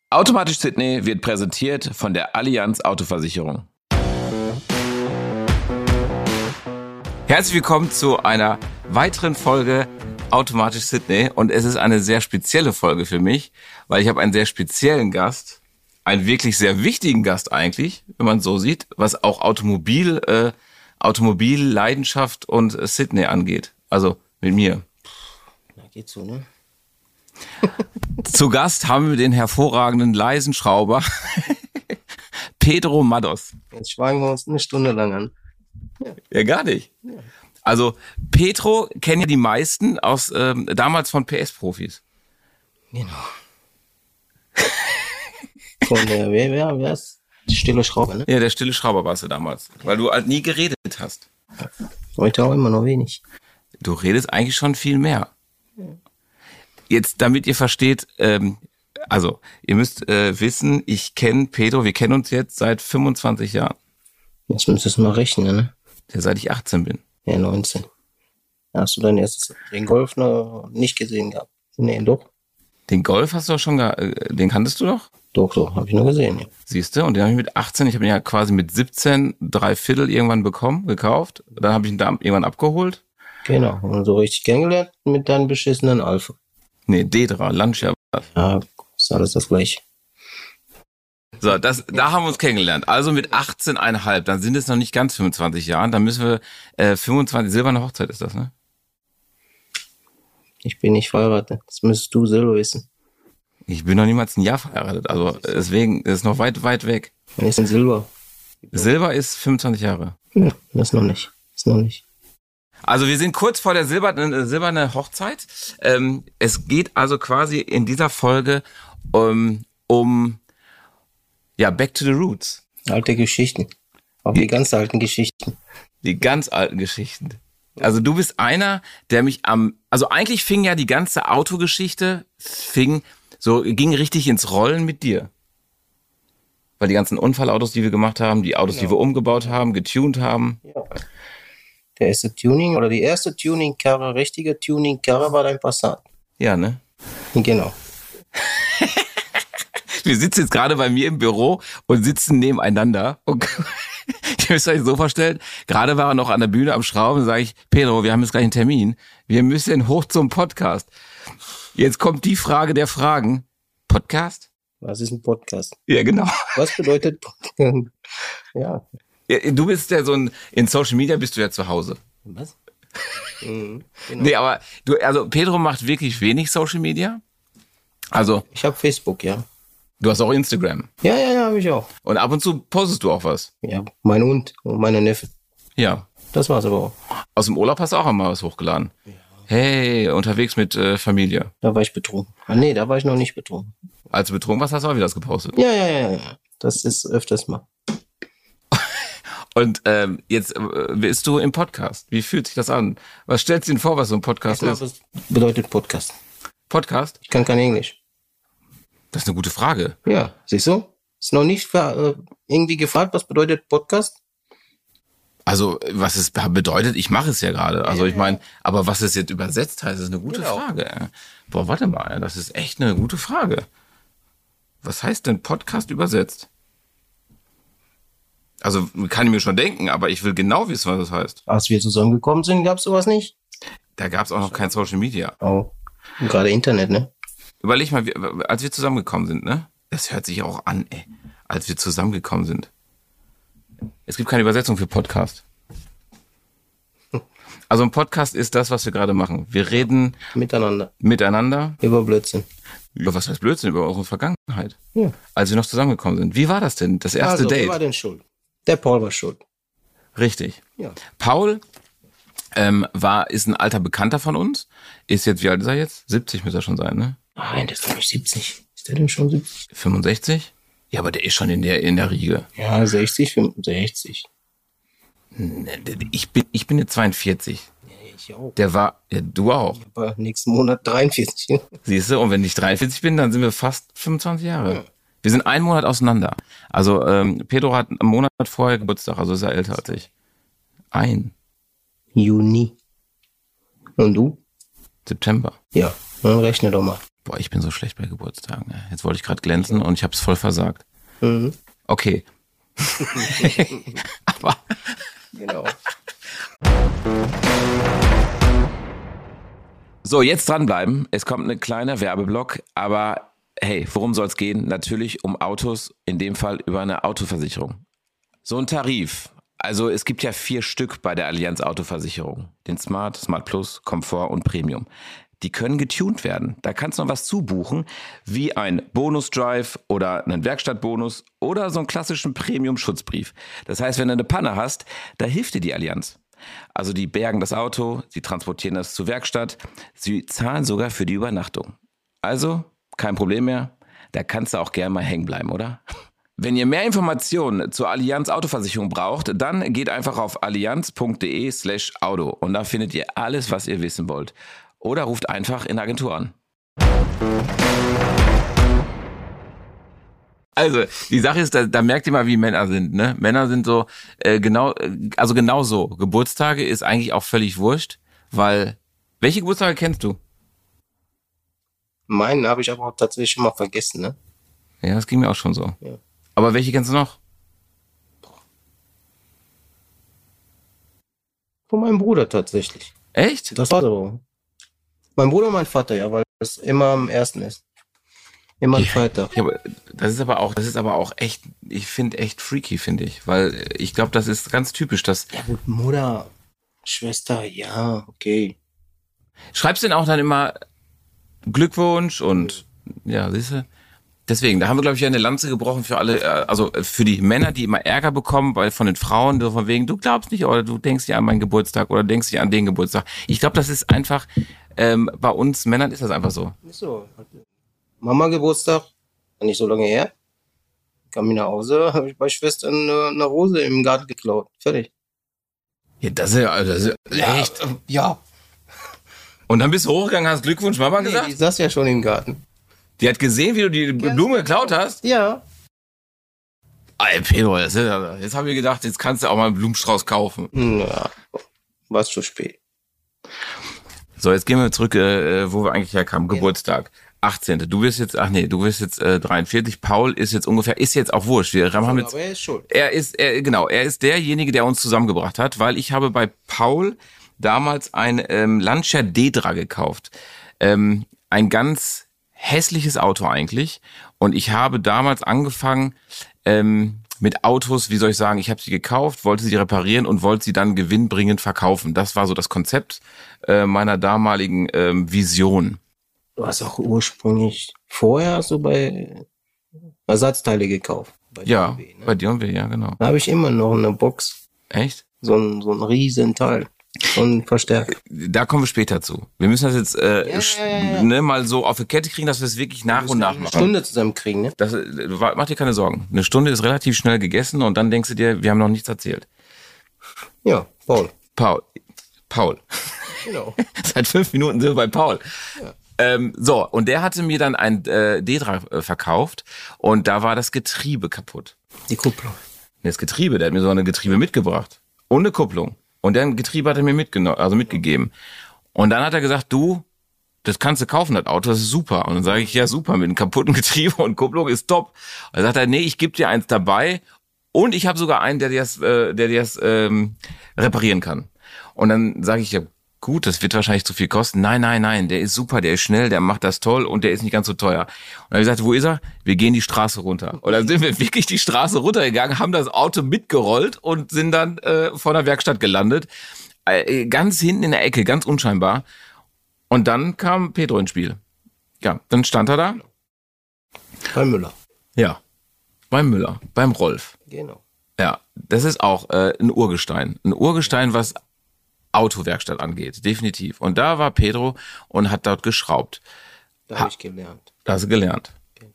Automatisch Sydney wird präsentiert von der Allianz Autoversicherung. Herzlich willkommen zu einer weiteren Folge Automatisch Sydney und es ist eine sehr spezielle Folge für mich, weil ich habe einen sehr speziellen Gast, einen wirklich sehr wichtigen Gast eigentlich, wenn man so sieht, was auch Automobilleidenschaft und Sydney angeht. Also mit mir. Na, geht so, ne? Zu Gast haben wir den hervorragenden leisen Schrauber Pedro Mados. Jetzt schweigen wir uns eine Stunde lang an. Ja, gar nicht. Also Pedro kennen ja die meisten aus damals von PS-Profis. Genau. Von der, wer ist? Die stille Schrauber, ne? Ja, der stille Schrauber warst du damals, weil du halt nie geredet hast. Heute auch immer noch wenig. Du redest eigentlich schon viel mehr. Jetzt, damit ihr versteht, also ihr müsst wissen, ich kenne Pedro, wir kennen uns jetzt seit 25 Jahren. Jetzt müsstest du mal rechnen, ne? Ja, seit ich 18 bin. Ja, 19. Hast du dein erstes den Golf noch nicht gesehen gehabt? Nee, doch. Den Golf hast du doch schon, den kanntest du doch? Doch, habe ich nur gesehen, ja. Siehst du, und den habe ich mit 18, ich habe ihn ja quasi mit 17, 3/4 irgendwann gekauft. Dann habe ich ihn da irgendwann abgeholt. Genau, und so richtig kennengelernt mit deinem beschissenen Alpha. Nee, Dedra, Lancia. Ja, ist alles das gleiche. So, da haben wir uns kennengelernt. Also mit 18,5, dann sind es noch nicht ganz 25 Jahren. Dann müssen wir 25, silberne Hochzeit ist das, ne? Ich bin nicht verheiratet. Das müsstest du selber wissen. Ich bin noch niemals ein Jahr verheiratet. Also deswegen ist es noch weit, weit weg. Wann ist denn Silber? Silber ist 25 Jahre. Ja, das ist noch nicht. Also wir sind kurz vor der silberne Hochzeit. Es geht also quasi in dieser Folge um Back to the Roots. Alte Geschichten. Auch die ganz alten Geschichten. Die ganz alten Geschichten. Also du bist einer, der mich also eigentlich fing ja die ganze Autogeschichte, ging richtig ins Rollen mit dir. Weil die ganzen Unfallautos, die wir gemacht haben, die Autos, die wir umgebaut haben, getuned haben. Ja. Die erste Tuning-Karre, richtige Tuning-Karre war dein Passat. Ja, ne? Genau. Wir sitzen jetzt gerade bei mir im Büro und sitzen nebeneinander. Und ihr müsst euch so vorstellen, gerade war er noch an der Bühne am Schrauben, sage ich, Pedro, wir haben jetzt gleich einen Termin. Wir müssen hoch zum Podcast. Jetzt kommt die Frage der Fragen. Podcast? Was ist ein Podcast? Ja, genau. Was bedeutet Podcast? Ja. Du bist ja in Social Media bist du ja zu Hause. Was? Genau. Nee, aber Pedro macht wirklich wenig Social Media. Also. Ich habe Facebook, ja. Du hast auch Instagram. Ja, habe ich auch. Und ab und zu postest du auch was. Ja, mein Hund und meine Neffe. Ja. Das war's aber auch. Aus dem Urlaub hast du auch einmal was hochgeladen. Ja. Hey, unterwegs mit Familie. Da war ich betrunken. Nee, da war ich noch nicht betrunken. Als du betrunken warst, hast du auch wieder was gepostet. Ja. Das ist öfters mal. Und jetzt bist du im Podcast. Wie fühlt sich das an? Was stellst du dir vor, was so ein Podcast ist? Was bedeutet Podcast? Podcast? Ich kann kein Englisch. Das ist eine gute Frage. Ja, siehst du? Ist noch nicht irgendwie gefragt, was bedeutet Podcast? Also, was es bedeutet, ich mache es ja gerade. Also, ich meine, aber was es jetzt übersetzt heißt, ist eine gute Frage. Boah, warte mal, das ist echt eine gute Frage. Was heißt denn Podcast übersetzt? Also, kann ich mir schon denken, aber ich will genau wissen, was das heißt. Als wir zusammengekommen sind, gab's sowas nicht? Da gab's auch noch kein Social Media. Oh, und gerade Internet, ne? Überleg mal, als wir zusammengekommen sind, ne? Das hört sich auch an, ey. Als wir zusammengekommen sind. Es gibt keine Übersetzung für Podcast. Also ein Podcast ist das, was wir gerade machen. Wir reden miteinander. Über Blödsinn. Über was heißt Blödsinn? Über unsere Vergangenheit. Ja. Als wir noch zusammengekommen sind. Wie war das denn? Das erste Date? Wer war denn schuld? Der Paul war schuld. Richtig. Ja. Paul ist ein alter Bekannter von uns. Ist jetzt, wie alt ist er jetzt? 70 müsste er schon sein, ne? Nein, der ist doch nicht 70. Ist der denn schon 70? 65? Ja, aber der ist schon in der Riege. Ja, 60, 65. Ich bin jetzt 42. Ja, ich auch. Der war, ja, du auch. Aber nächsten Monat 43. Siehst du, und wenn ich 43 bin, dann sind wir fast 25 Jahre. Ja. Wir sind einen Monat auseinander. Also Pedro hat einen Monat vorher Geburtstag, also ist er älter als ich. Juni. Und du? September. Ja, dann rechne doch mal. Boah, ich bin so schlecht bei Geburtstagen. Jetzt wollte ich gerade glänzen und ich habe es voll versagt. Mhm. Okay. Aber Genau. so, jetzt dranbleiben. Es kommt ein kleiner Werbeblock, aber hey, worum soll es gehen? Natürlich um Autos, in dem Fall über eine Autoversicherung. So ein Tarif. Also es gibt ja 4 Stück bei der Allianz Autoversicherung. Den Smart, Smart Plus, Komfort und Premium. Die können getuned werden. Da kannst du noch was zubuchen, wie ein Bonus-Drive oder einen Werkstattbonus oder so einen klassischen Premium-Schutzbrief. Das heißt, wenn du eine Panne hast, da hilft dir die Allianz. Also die bergen das Auto, sie transportieren das zur Werkstatt, sie zahlen sogar für die Übernachtung. Also kein Problem mehr, da kannst du auch gerne mal hängen bleiben, oder? Wenn ihr mehr Informationen zur Allianz Autoversicherung braucht, dann geht einfach auf allianz.de/auto und da findet ihr alles, was ihr wissen wollt. Oder ruft einfach in der Agentur an. Also, die Sache ist, da merkt ihr mal, wie Männer sind, ne? Männer sind so, genau so. Geburtstage ist eigentlich auch völlig wurscht, weil, welche Geburtstage kennst du? Meinen habe ich aber auch tatsächlich schon mal vergessen, ne? Ja, das ging mir auch schon so. Ja. Aber welche kennst du noch? Von meinem Bruder tatsächlich. Echt? Das war so. Mein Bruder und mein Vater, ja, weil das immer am 1. ist. Immer am Freitag. Ja, aber das ist aber auch echt, ich finde echt freaky, finde ich. Weil ich glaube, das ist ganz typisch, dass. Ja gut, Mutter, Schwester, ja, okay. Schreibst du denn auch dann immer Glückwunsch und ja, siehst du? Deswegen, da haben wir, glaube ich, eine Lanze gebrochen für alle, also für die Männer, die immer Ärger bekommen, weil von den Frauen, so von wegen, du glaubst nicht, oder du denkst ja an meinen Geburtstag oder denkst ja an den Geburtstag. Ich glaube, das ist einfach, bei uns Männern ist das einfach so. Ist so. Mama Geburtstag, nicht so lange her. Kam ich nach Hause, habe ich bei Schwester eine Rose im Garten geklaut. Fertig. Ja, das ist echt. Ja. Und dann bist du hochgegangen, hast Glückwunsch Mama Nee, gesagt? die saß ja schon im Garten. Die hat gesehen, wie du die Blume geklaut hast? Ja. Ey, Pedro, jetzt habe ich gedacht, jetzt kannst du auch mal einen Blumenstrauß kaufen. Ja, war zu spät. So, jetzt gehen wir zurück, wo wir eigentlich herkamen. Geburtstag. 18. Du bist jetzt 43. Paul ist jetzt auch wurscht. Wir haben jetzt, Aber er ist schuld. er ist derjenige, der uns zusammengebracht hat, weil ich habe bei Paul damals ein Lancia Dedra gekauft. Ein ganz hässliches Auto eigentlich. Und ich habe damals angefangen mit Autos, wie soll ich sagen, ich habe sie gekauft, wollte sie reparieren und wollte sie dann gewinnbringend verkaufen. Das war so das Konzept meiner damaligen Vision. Du hast auch ursprünglich vorher so bei Ersatzteile gekauft. Bei Ja, DMW, ne? bei D&W, ja, genau. Da habe ich immer noch eine Box. Echt? So ein riesen Teil. So ein Verstärker. Da kommen wir später zu. Wir müssen das jetzt Ja. Ne, mal so auf die Kette kriegen, dass wir es wirklich nach und nach Eine machen. Stunde zusammen kriegen, ne? Mach dir keine Sorgen. Eine Stunde ist relativ schnell gegessen und dann denkst du dir, wir haben noch nichts erzählt. Ja, Paul. Paul. Genau. Seit 5 Minuten sind wir bei Paul. Ja. So, und der hatte mir dann ein Dedra verkauft und da war das Getriebe kaputt. Die Kupplung. Das Getriebe, der hat mir so eine Getriebe mitgebracht. Ohne Kupplung. Und der Getriebe hat er mir mitgegeben. Und dann hat er gesagt, du, das kannst du kaufen, das Auto, das ist super. Und dann sage ich, ja super, mit einem kaputten Getriebe und Kupplung ist top. Und dann sagt er, nee, ich gebe dir eins dabei und ich habe sogar einen, der dir das reparieren kann. Und dann sage ich, ja gut, das wird wahrscheinlich zu viel kosten. Nein, der ist super, der ist schnell, der macht das toll und der ist nicht ganz so teuer. Und dann habe ich gesagt, wo ist er? Wir gehen die Straße runter. Und dann sind wir wirklich die Straße runtergegangen, haben das Auto mitgerollt und sind dann vor der Werkstatt gelandet. Ganz hinten in der Ecke, ganz unscheinbar. Und dann kam Pedro ins Spiel. Ja, dann stand er da. Bei Müller. Ja, beim Müller, beim Rolf. Genau. Ja, das ist auch ein Urgestein. Ein Urgestein, was Autowerkstatt angeht, definitiv. Und da war Pedro und hat dort geschraubt. Da habe ich gelernt. Da hast du gelernt. Okay.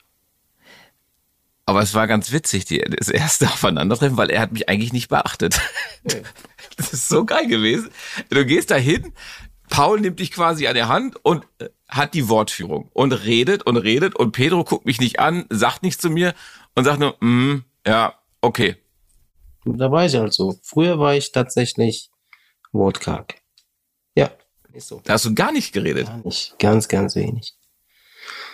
Aber es war ganz witzig, das erste Aufeinandertreffen, weil er hat mich eigentlich nicht beachtet. Nee. Das ist so geil gewesen. Du gehst da hin, Paul nimmt dich quasi an der Hand und hat die Wortführung und redet und Pedro guckt mich nicht an, sagt nichts zu mir und sagt nur, ja, okay. Da war ich halt so. Früher war ich tatsächlich wortkarg. Ja, ist so. Da hast du gar nicht geredet. Gar nicht. Ganz, ganz wenig.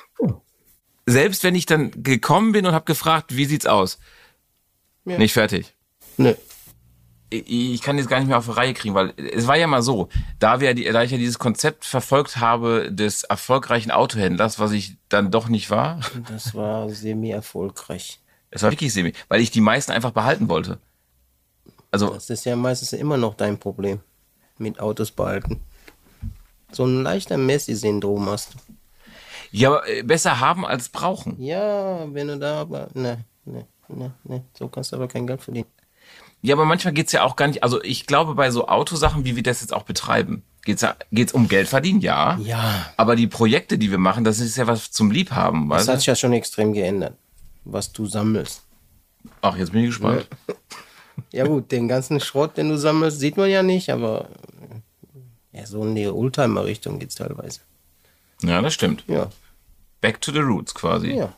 selbst wenn ich dann gekommen bin und habe gefragt, wie sieht's aus? Ja. Nicht fertig. Nö. Ich kann jetzt gar nicht mehr auf die Reihe kriegen, weil es war ja mal so, da ich ja dieses Konzept verfolgt habe des erfolgreichen Autohändlers, was ich dann doch nicht war. Das war semi-erfolgreich. Es war wirklich semi, weil ich die meisten einfach behalten wollte. Also, Das ist ja meistens immer noch dein Problem mit Autos behalten. So ein leichter Messi-Syndrom hast du. ja, aber besser haben als brauchen. Ja, wenn du da aber... Ne. So kannst du aber kein Geld verdienen. Ja, aber manchmal geht's ja auch gar nicht, also ich glaube bei so Autosachen, wie wir das jetzt auch betreiben, geht's um Geld verdienen, ja. Ja. Aber die Projekte, die wir machen, das ist ja was zum Liebhaben, Das weißt hat du? sich ja schon extrem geändert, was du sammelst. Ach, jetzt bin ich gespannt. Ja gut, den ganzen Schrott, den du sammelst, sieht man ja nicht, aber ja, so in die Oldtimer-Richtung geht's teilweise. Ja, das stimmt. Ja, Back to the roots quasi. ja.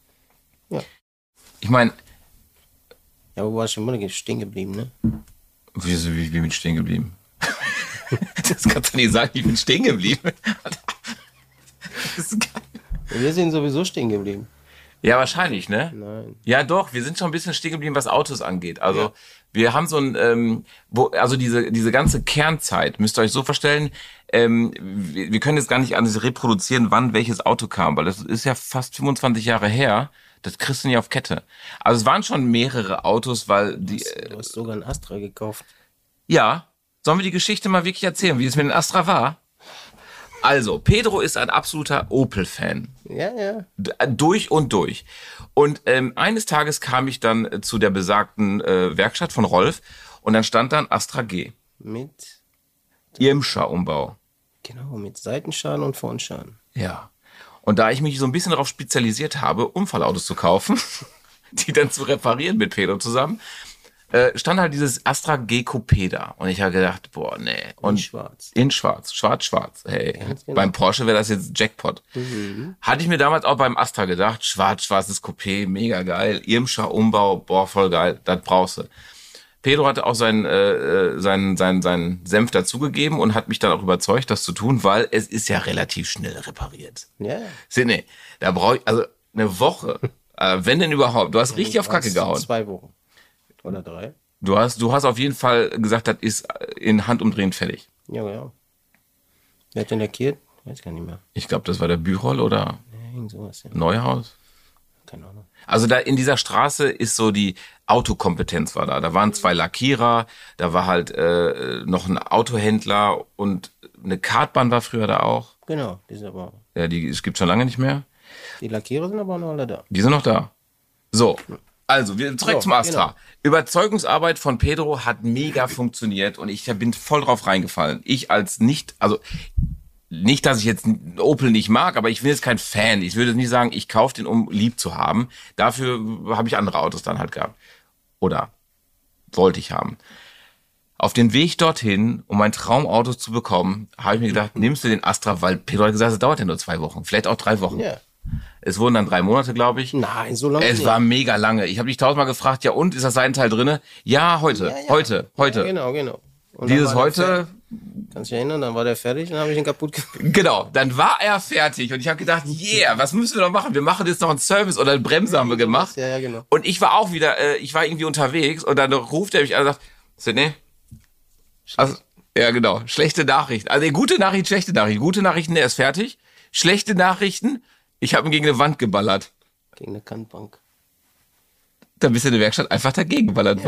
Ich meine, Ja, wo warst du immer stehen geblieben, ne? wie bin ich stehen geblieben? Das kannst du nicht sagen, ich bin stehen geblieben. Das ist geil. Wir sind sowieso stehen geblieben. Ja, wahrscheinlich, ne? Nein. Ja, doch, wir sind schon ein bisschen stehen geblieben, was Autos angeht. Also, wir haben so ein, also diese ganze Kernzeit, müsst ihr euch so vorstellen, wir können jetzt gar nicht alles reproduzieren, wann welches Auto kam, weil das ist ja fast 25 Jahre her. Das kriegst du nicht auf Kette. Also es waren schon mehrere Autos, weil die, Du hast sogar einen Astra gekauft. ja, sollen wir die Geschichte mal wirklich erzählen, wie es mit dem Astra war? Also, Pedro ist ein absoluter Opel-Fan. Ja. Durch und durch. Und eines Tages kam ich dann zu der besagten Werkstatt von Rolf und dann stand da ein Astra G. Mit, Irmscher-Umbau. genau, mit Seitenschaden und Frontschaden. Ja. Und da ich mich so ein bisschen darauf spezialisiert habe, Unfallautos zu kaufen, die dann zu reparieren mit Pedro zusammen, stand halt dieses Astra G Coupé da. Und ich habe gedacht, boah, nee. Und schwarz. In schwarz. Schwarz. Hey, Ganz genau. beim Porsche wäre das jetzt Jackpot. Hatte ich mir damals auch beim Astra gedacht, schwarzes Coupé, mega geil. Irmscher Umbau, boah, voll geil, das brauchst du. Pedro hatte auch seinen Senf dazugegeben und hat mich dann auch überzeugt, das zu tun, weil es ist ja relativ schnell repariert. Ja. Nee, da brauche ich, also eine Woche, wenn denn überhaupt. Du hast richtig auf Kacke gehauen. 2 Wochen. Oder 3. Du hast auf jeden Fall gesagt, das ist in Handumdrehen fertig. Ja. Wer hat den lackiert? Weiß gar nicht mehr. Ich glaube, das war der Büchroll oder Ja, irgend sowas, ja. Neuhaus. Keine Ahnung. Also da in dieser Straße ist so die Autokompetenz war da. Da waren 2 Lackierer, da war halt noch ein Autohändler und eine Kartbahn war früher da auch. Genau, die sind aber. Ja, es gibt schon lange nicht mehr. Die Lackierer sind aber noch alle da. Die sind noch da. So, also wir zurück So, zum Astra. genau. Überzeugungsarbeit von Pedro hat mega funktioniert und ich bin voll drauf reingefallen. Ich als nicht, also nicht, dass ich jetzt Opel nicht mag, aber ich bin jetzt kein Fan. Ich würde nicht sagen, ich kaufe den, um lieb zu haben. Dafür habe ich andere Autos dann halt gehabt. Oder wollte ich haben. Auf den Weg dorthin, um mein Traumauto zu bekommen, habe ich mir gedacht, nimmst du den Astra, weil Pedro hat gesagt, es dauert ja nur 2 Wochen, vielleicht auch 3 Wochen. Ja. Es wurden dann 3 Monate, glaube ich. Nein, so lange Es nicht. war mega lange. Ich habe dich 1000-mal gefragt, ja und, ist das Seitenteil drinne? Ja, heute. Ja. Heute. Ja, genau. Und Dieses dann war der heute, fertig. Kannst dich erinnern, dann war der fertig und dann habe ich ihn kaputt gemacht. genau, dann war er fertig und ich habe gedacht, yeah, was müssen wir noch machen? Wir machen jetzt noch einen Service oder eine Bremse haben wir gemacht. Ja, genau. Und ich war auch wieder, ich war irgendwie unterwegs und dann ruft er mich an und sagt, Sidney, also, ja genau, schlechte Nachrichten. Also gute Nachrichten, schlechte Nachrichten. Gute Nachrichten, er ist fertig. Schlechte Nachrichten, ich habe ihn gegen eine Wand geballert. Gegen eine Kantbank. Dann bist du in der Werkstatt einfach dagegen geballert,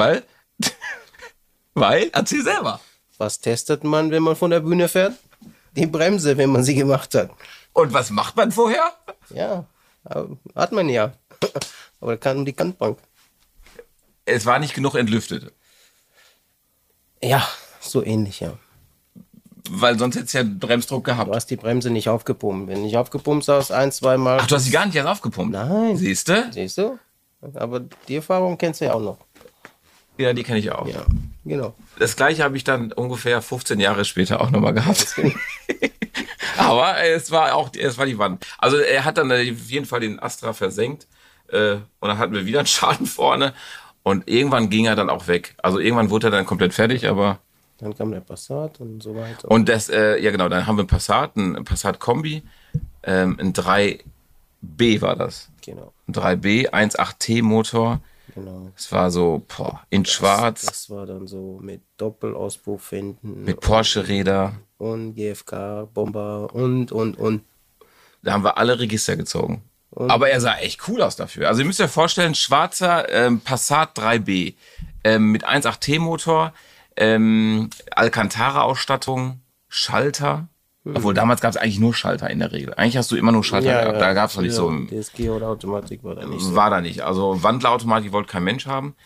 weil, erzähl selber. Was testet man, wenn man von der Bühne fährt? Die Bremse, wenn man sie gemacht hat. Und was macht man vorher? Ja, hat man ja. Aber kann die Kantbank. Es war nicht genug entlüftet. Ja, so ähnlich, ja. Weil sonst hättest du ja Bremsdruck Du gehabt. hast die Bremse nicht aufgepumpt. Wenn nicht aufgepumpt hast, 1-2 Mal. Ach, du hast sie gar nicht erst aufgepumpt? Nein. Siehst du? Siehst du? Aber die Erfahrung kennst du ja auch noch. Ja, die kenne ich auch. Ja, genau. Das gleiche habe ich dann ungefähr 15 Jahre später auch nochmal gehabt. Aber es war die Wand. Also er hat dann auf jeden Fall den Astra versenkt und dann hatten wir wieder einen Schaden vorne und irgendwann ging er dann auch weg. Also irgendwann wurde er dann komplett fertig, aber Dann kam der Passat und so weiter. und das, ja genau, dann haben wir einen Passat Kombi, ein 3 B war das. Genau. 3B, 1.8T Motor. Genau. Es war so, in schwarz. Das war dann so mit Doppelauspuffwänden. Mit Porsche-Räder. Und GFK, Bomber und. Da haben wir alle Register gezogen. Aber er sah echt cool aus dafür. Also ihr müsst euch vorstellen, schwarzer Passat 3B mit 1.8T Motor, Alcantara-Ausstattung, Schalter. Obwohl damals gab es eigentlich nur Schalter in der Regel. Eigentlich hast du immer nur Schalter gehabt. Da gab es noch nicht so. DSG oder Automatik war da nicht so. War da nicht. Also Wandlerautomatik wollte kein Mensch haben.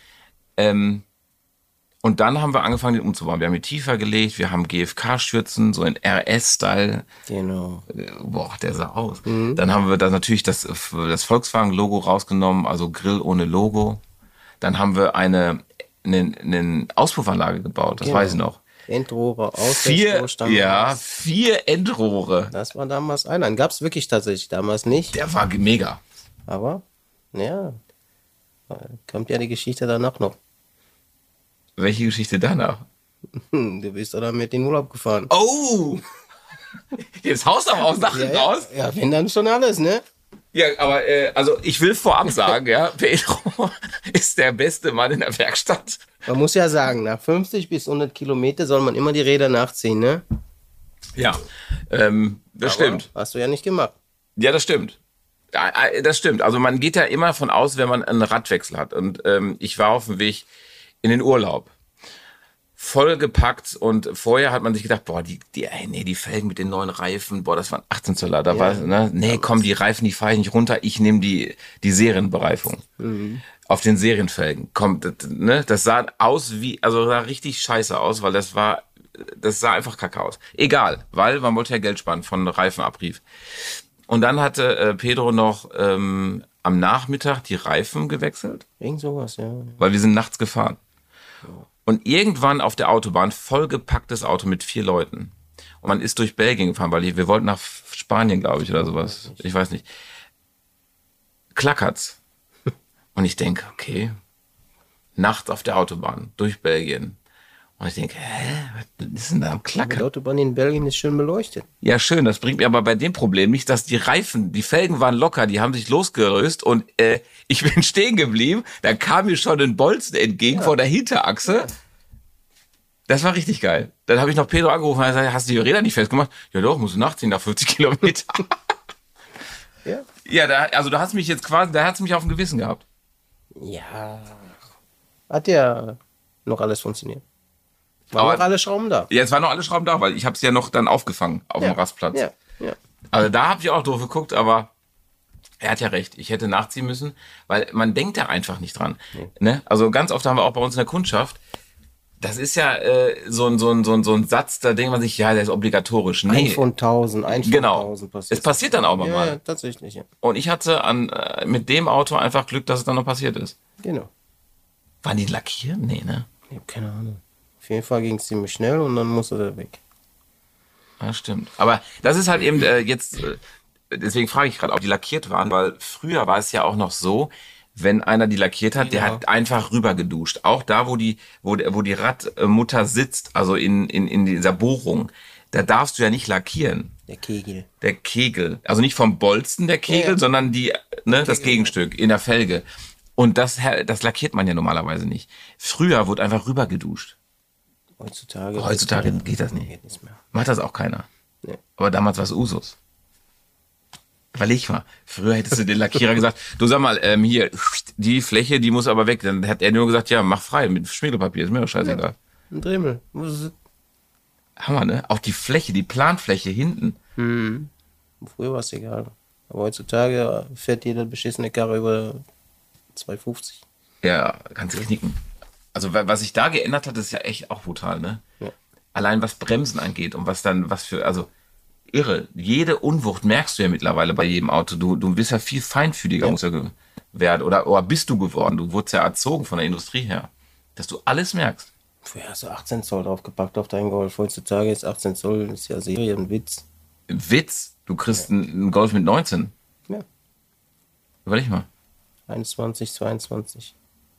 Und dann haben wir angefangen, den umzubauen. Wir haben ihn tiefer gelegt, wir haben GFK-Stürzen, so in RS-Style. Genau. Boah, der sah aus. Dann haben wir da natürlich das Volkswagen-Logo rausgenommen, also Grill ohne Logo. Dann haben wir eine Auspuffanlage gebaut, das weiß ich noch. Endrohre, 4 Endrohre. Das war damals einer. Den gab es wirklich tatsächlich damals nicht. Der war mega. Aber, ja, kommt ja die Geschichte danach noch. Welche Geschichte danach? Du bist doch damit in den Urlaub gefahren. Oh! Jetzt haust du aber aus Sachen raus. Ja, wenn dann schon alles, ne? Ja, aber also ich will vorab sagen, ja, Pedro ist der beste Mann in der Werkstatt. Man muss ja sagen, nach 50 bis 100 Kilometer soll man immer die Räder nachziehen, ne? Ja, das stimmt. Hast du ja nicht gemacht. Ja, das stimmt. Ja, das stimmt. Also man geht ja immer von aus, wenn man einen Radwechsel hat. Und ich war auf dem Weg in den Urlaub. Vollgepackt und vorher hat man sich gedacht, boah, die Felgen mit den neuen Reifen, boah, das waren 18 Zöller. Da war, ne? Nee, komm, die Reifen, die fahre ich nicht runter, ich nehme die Serienbereifung. Auf den Serienfelgen. Kommt, ne? Das sah aus wie, also sah richtig scheiße aus, weil das sah einfach kacke aus. Egal, weil man wollte ja Geld sparen von Reifenabrief. Und dann hatte Pedro noch am Nachmittag die Reifen gewechselt. Irgend sowas, ja. Weil wir sind nachts gefahren. Und irgendwann auf der Autobahn, vollgepacktes Auto mit 4 Leuten. Und man ist durch Belgien gefahren, weil wir wollten nach Spanien, glaube ich, oder sowas. Ich weiß nicht. Klackert's. Und ich denke, okay, nachts auf der Autobahn, durch Belgien. Und ich denke, was ist denn da am Klackern? Die Autobahn in Belgien ist schön beleuchtet. Ja, schön, das bringt mir aber bei dem Problem nicht, dass die Felgen waren locker, die haben sich losgelöst und ich bin stehen geblieben, da kam mir schon ein Bolzen entgegen vor der Hinterachse. Ja. Das war richtig geil. Dann habe ich noch Pedro angerufen und gesagt, hast du die Räder nicht festgemacht? Ja doch, musst du nachziehen nach 40 Kilometer. Ja, da hat's mich auf dem Gewissen gehabt. Ja, hat ja noch alles funktioniert. Waren noch alle Schrauben da? Ja, es waren noch alle Schrauben da, weil ich habe es ja noch dann aufgefangen auf dem Rastplatz. Ja. Also da habe ich auch drauf geguckt, aber er hat ja recht. Ich hätte nachziehen müssen, weil man denkt da einfach nicht dran. Ne? Also ganz oft haben wir auch bei uns in der Kundschaft, das ist ja so ein Satz, da denkt man sich, ja, der ist obligatorisch. Nee. Ein von 1000 passiert. Es passiert dann auch mal. Ja, tatsächlich, ja. Und ich hatte mit dem Auto einfach Glück, dass es dann noch passiert ist. Genau. Waren die lackiert? Nee, ne? Ich habe keine Ahnung. Auf jeden Fall ging es ziemlich schnell und dann musste er weg. Ja, stimmt. Aber das ist halt eben deswegen frage ich gerade, ob die lackiert waren, weil früher war es ja auch noch so, wenn einer die lackiert hat, der hat einfach rüber geduscht. Auch da, wo die Radmutter sitzt, also in dieser Bohrung, da darfst du ja nicht lackieren. Der Kegel. Also nicht vom Bolzen der Kegel, sondern das Gegenstück in der Felge. Und das lackiert man ja normalerweise nicht. Früher wurde einfach rüber geduscht. Heutzutage geht das nicht. Macht das auch keiner. Nee. Aber damals war es Usus. Überleg mal, früher hättest du den Lackierer gesagt, du sag mal, hier, die Fläche, die muss aber weg. Dann hat er nur gesagt, ja, mach frei mit Schmiergelpapier, ist mir doch scheißegal. Ja, ein Dremel. Hammer, ne? Auch die Fläche, die Planfläche hinten. Früher war es egal. Aber heutzutage fährt jeder beschissene Karre über 250. Ja, kannst du knicken. Also was sich da geändert hat, ist ja echt auch brutal, ne? Ja. Allein was Bremsen angeht und also irre. Jede Unwucht merkst du ja mittlerweile bei jedem Auto. Du bist ja viel feinfühliger, muss ja werden. Oder bist du geworden. Du wurdest ja erzogen von der Industrie her. Dass du alles merkst. Früher hast du 18 Zoll draufgepackt auf deinen Golf. Heutzutage ist 18 Zoll, ist ja Serie, ein Witz. Ein Witz? Du kriegst einen Golf mit 19? Ja. Überleg mal. 21, 22.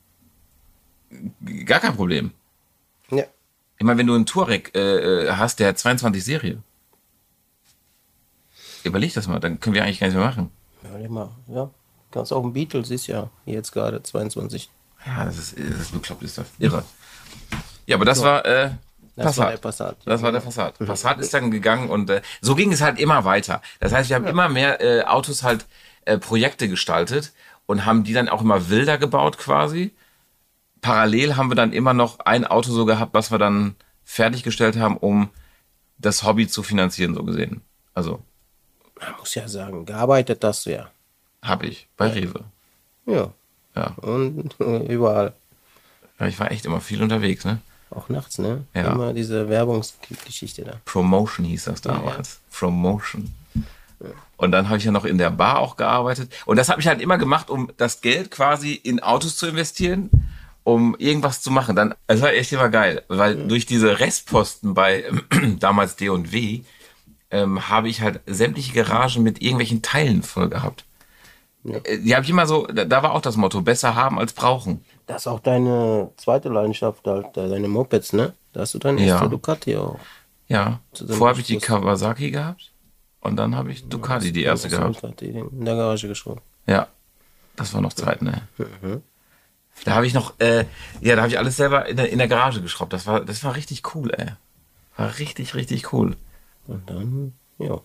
Gar kein Problem. Ja. Ich meine, wenn du einen Touareg hast, der hat 22 Serie. Überleg das mal, dann können wir eigentlich gar nichts mehr machen. Ja, kannst auch ein Beatles, ist ja jetzt gerade 22. Ja, das ist bekloppt, ist das irre. Ja, aber das war Das war der Passat. Passat. Das war der Passat. Passat ist dann gegangen und so ging es halt immer weiter. Das heißt, wir haben immer mehr Autos halt Projekte gestaltet und haben die dann auch immer wilder gebaut quasi. Parallel haben wir dann immer noch ein Auto so gehabt, was wir dann fertiggestellt haben, um das Hobby zu finanzieren, so gesehen. Also Man muss ja sagen, gearbeitet hast du ja. habe ich bei Rewe. Ja. Ja. Und überall. Ja, ich war echt immer viel unterwegs, ne? Auch nachts, ne? Ja. Immer diese Werbungsgeschichte da. Promotion hieß das damals. Promotion. Und dann habe ich ja noch in der Bar auch gearbeitet. Und das habe ich halt immer gemacht, um das Geld quasi in Autos zu investieren, um irgendwas zu machen. Dann, das war echt immer geil, weil durch diese Restposten bei damals D&W habe ich halt sämtliche Garagen mit irgendwelchen Teilen voll gehabt. Die habe ich immer so, da war auch das Motto, besser haben als brauchen. Das ist auch deine zweite Leidenschaft, halt, deine Mopeds, ne? Da hast du dein Ja. erste Ducati auch. Ja, Zusammen vorher habe ich die geschlossen. Kawasaki gehabt und dann habe ich Ducati die erste gehabt. Ducati in der Garage geschoben. Ja, das war noch Zeit, ne? Da habe ich noch, da habe ich alles selber in der Garage geschraubt. Das war richtig cool, ey. War richtig, richtig cool. Und dann, ja.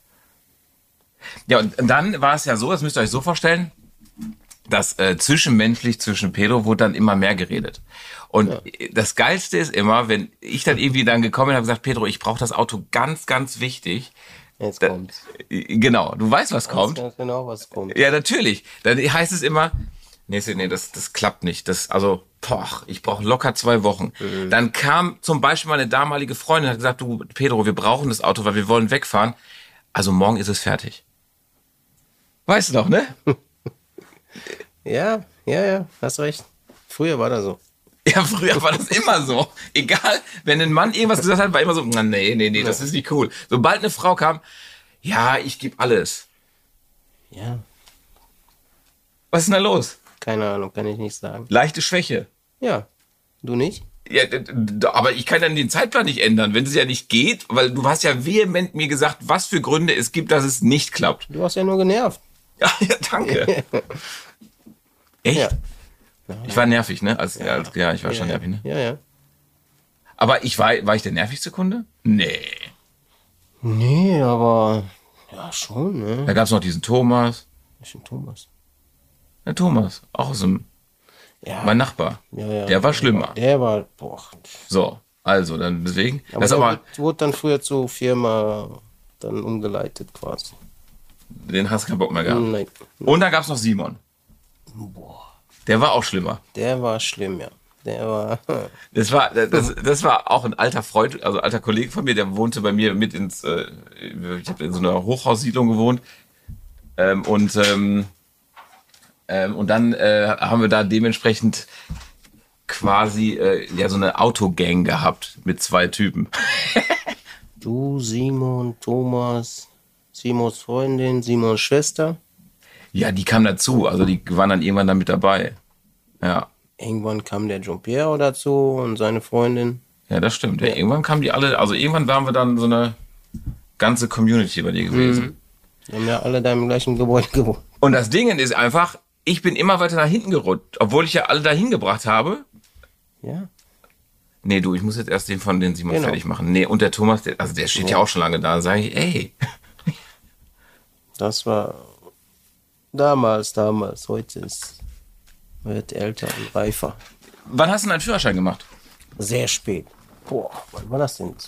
Ja, und dann war es ja so, das müsst ihr euch so vorstellen, dass zwischenmenschlich zwischen Pedro wurde dann immer mehr geredet. Und das Geilste ist immer, wenn ich dann irgendwie dann gekommen bin und habe gesagt, Pedro, ich brauche das Auto ganz, ganz wichtig. Jetzt Da- kommt's. Genau, du weißt, was kommt. Ganz genau, was kommt. Ja, natürlich. Dann heißt es immer, nee, das klappt nicht. Ich brauche locker 2 Wochen. Dann kam zum Beispiel meine damalige Freundin und hat gesagt, du, Pedro, wir brauchen das Auto, weil wir wollen wegfahren. Also morgen ist es fertig. Weißt du noch, ne? Ja, hast recht. Früher war das so. Ja, früher war das immer so. Egal, wenn ein Mann irgendwas gesagt hat, war immer so, na, nee, das ist nicht cool. Sobald eine Frau kam, ja, ich gebe alles. Ja, Was ist denn da los? keine Ahnung, kann ich nicht sagen. Leichte Schwäche. Ja, du nicht? Ja, aber ich kann dann den Zeitplan nicht ändern, wenn es ja nicht geht, weil du hast ja vehement mir gesagt, was für Gründe es gibt, dass es nicht klappt. Du hast ja nur genervt. Ja, danke. Echt? Ja. Ich war nervig, ne? Ja, ich war schon nervig, ne? Ja. Aber war ich der nervigste Kunde? Nee. Nee, aber ja schon, ne? Da gab es noch diesen Thomas. Ist ein Thomas. Der Thomas, auch aus dem, Ja. mein Nachbar. Ja. Der war schlimmer. Der war, boah. So, also dann deswegen. Aber Das der aber, wurde dann früher zur Firma dann umgeleitet quasi. den hast du keinen Bock mehr gehabt. Nein. Und dann gab es noch Simon. Der war auch schlimmer. Der war schlimm, ja. Der war. Das war auch ein alter Freund, also alter Kollege von mir, der wohnte bei mir mit ich habe in so einer Hochhaussiedlung gewohnt. Und dann haben wir da dementsprechend quasi so eine Autogang gehabt mit 2 Typen. Du, Simon, Thomas, Simons Freundin, Simons Schwester. Ja, die kamen dazu, also die waren dann irgendwann da mit dabei. Ja, Irgendwann kam der Jean-Pierre dazu und seine Freundin. ja, das stimmt. Ja, irgendwann kamen die alle, also irgendwann waren wir dann so eine ganze Community bei dir gewesen. Die haben ja alle da im gleichen Gebäude gewohnt. Und das Ding ist einfach, ich bin immer weiter nach hinten gerutscht, obwohl ich ja alle dahin gebracht habe. Ja. Nee, du, ich muss jetzt erst den von den Simon Genau. fertig machen. Nee, und der Thomas, der steht ja auch schon lange da. Sag ich, ey. Das war damals. Heute wird älter und reifer. Wann hast du deinen Führerschein gemacht? Sehr spät. Boah, wann war das denn?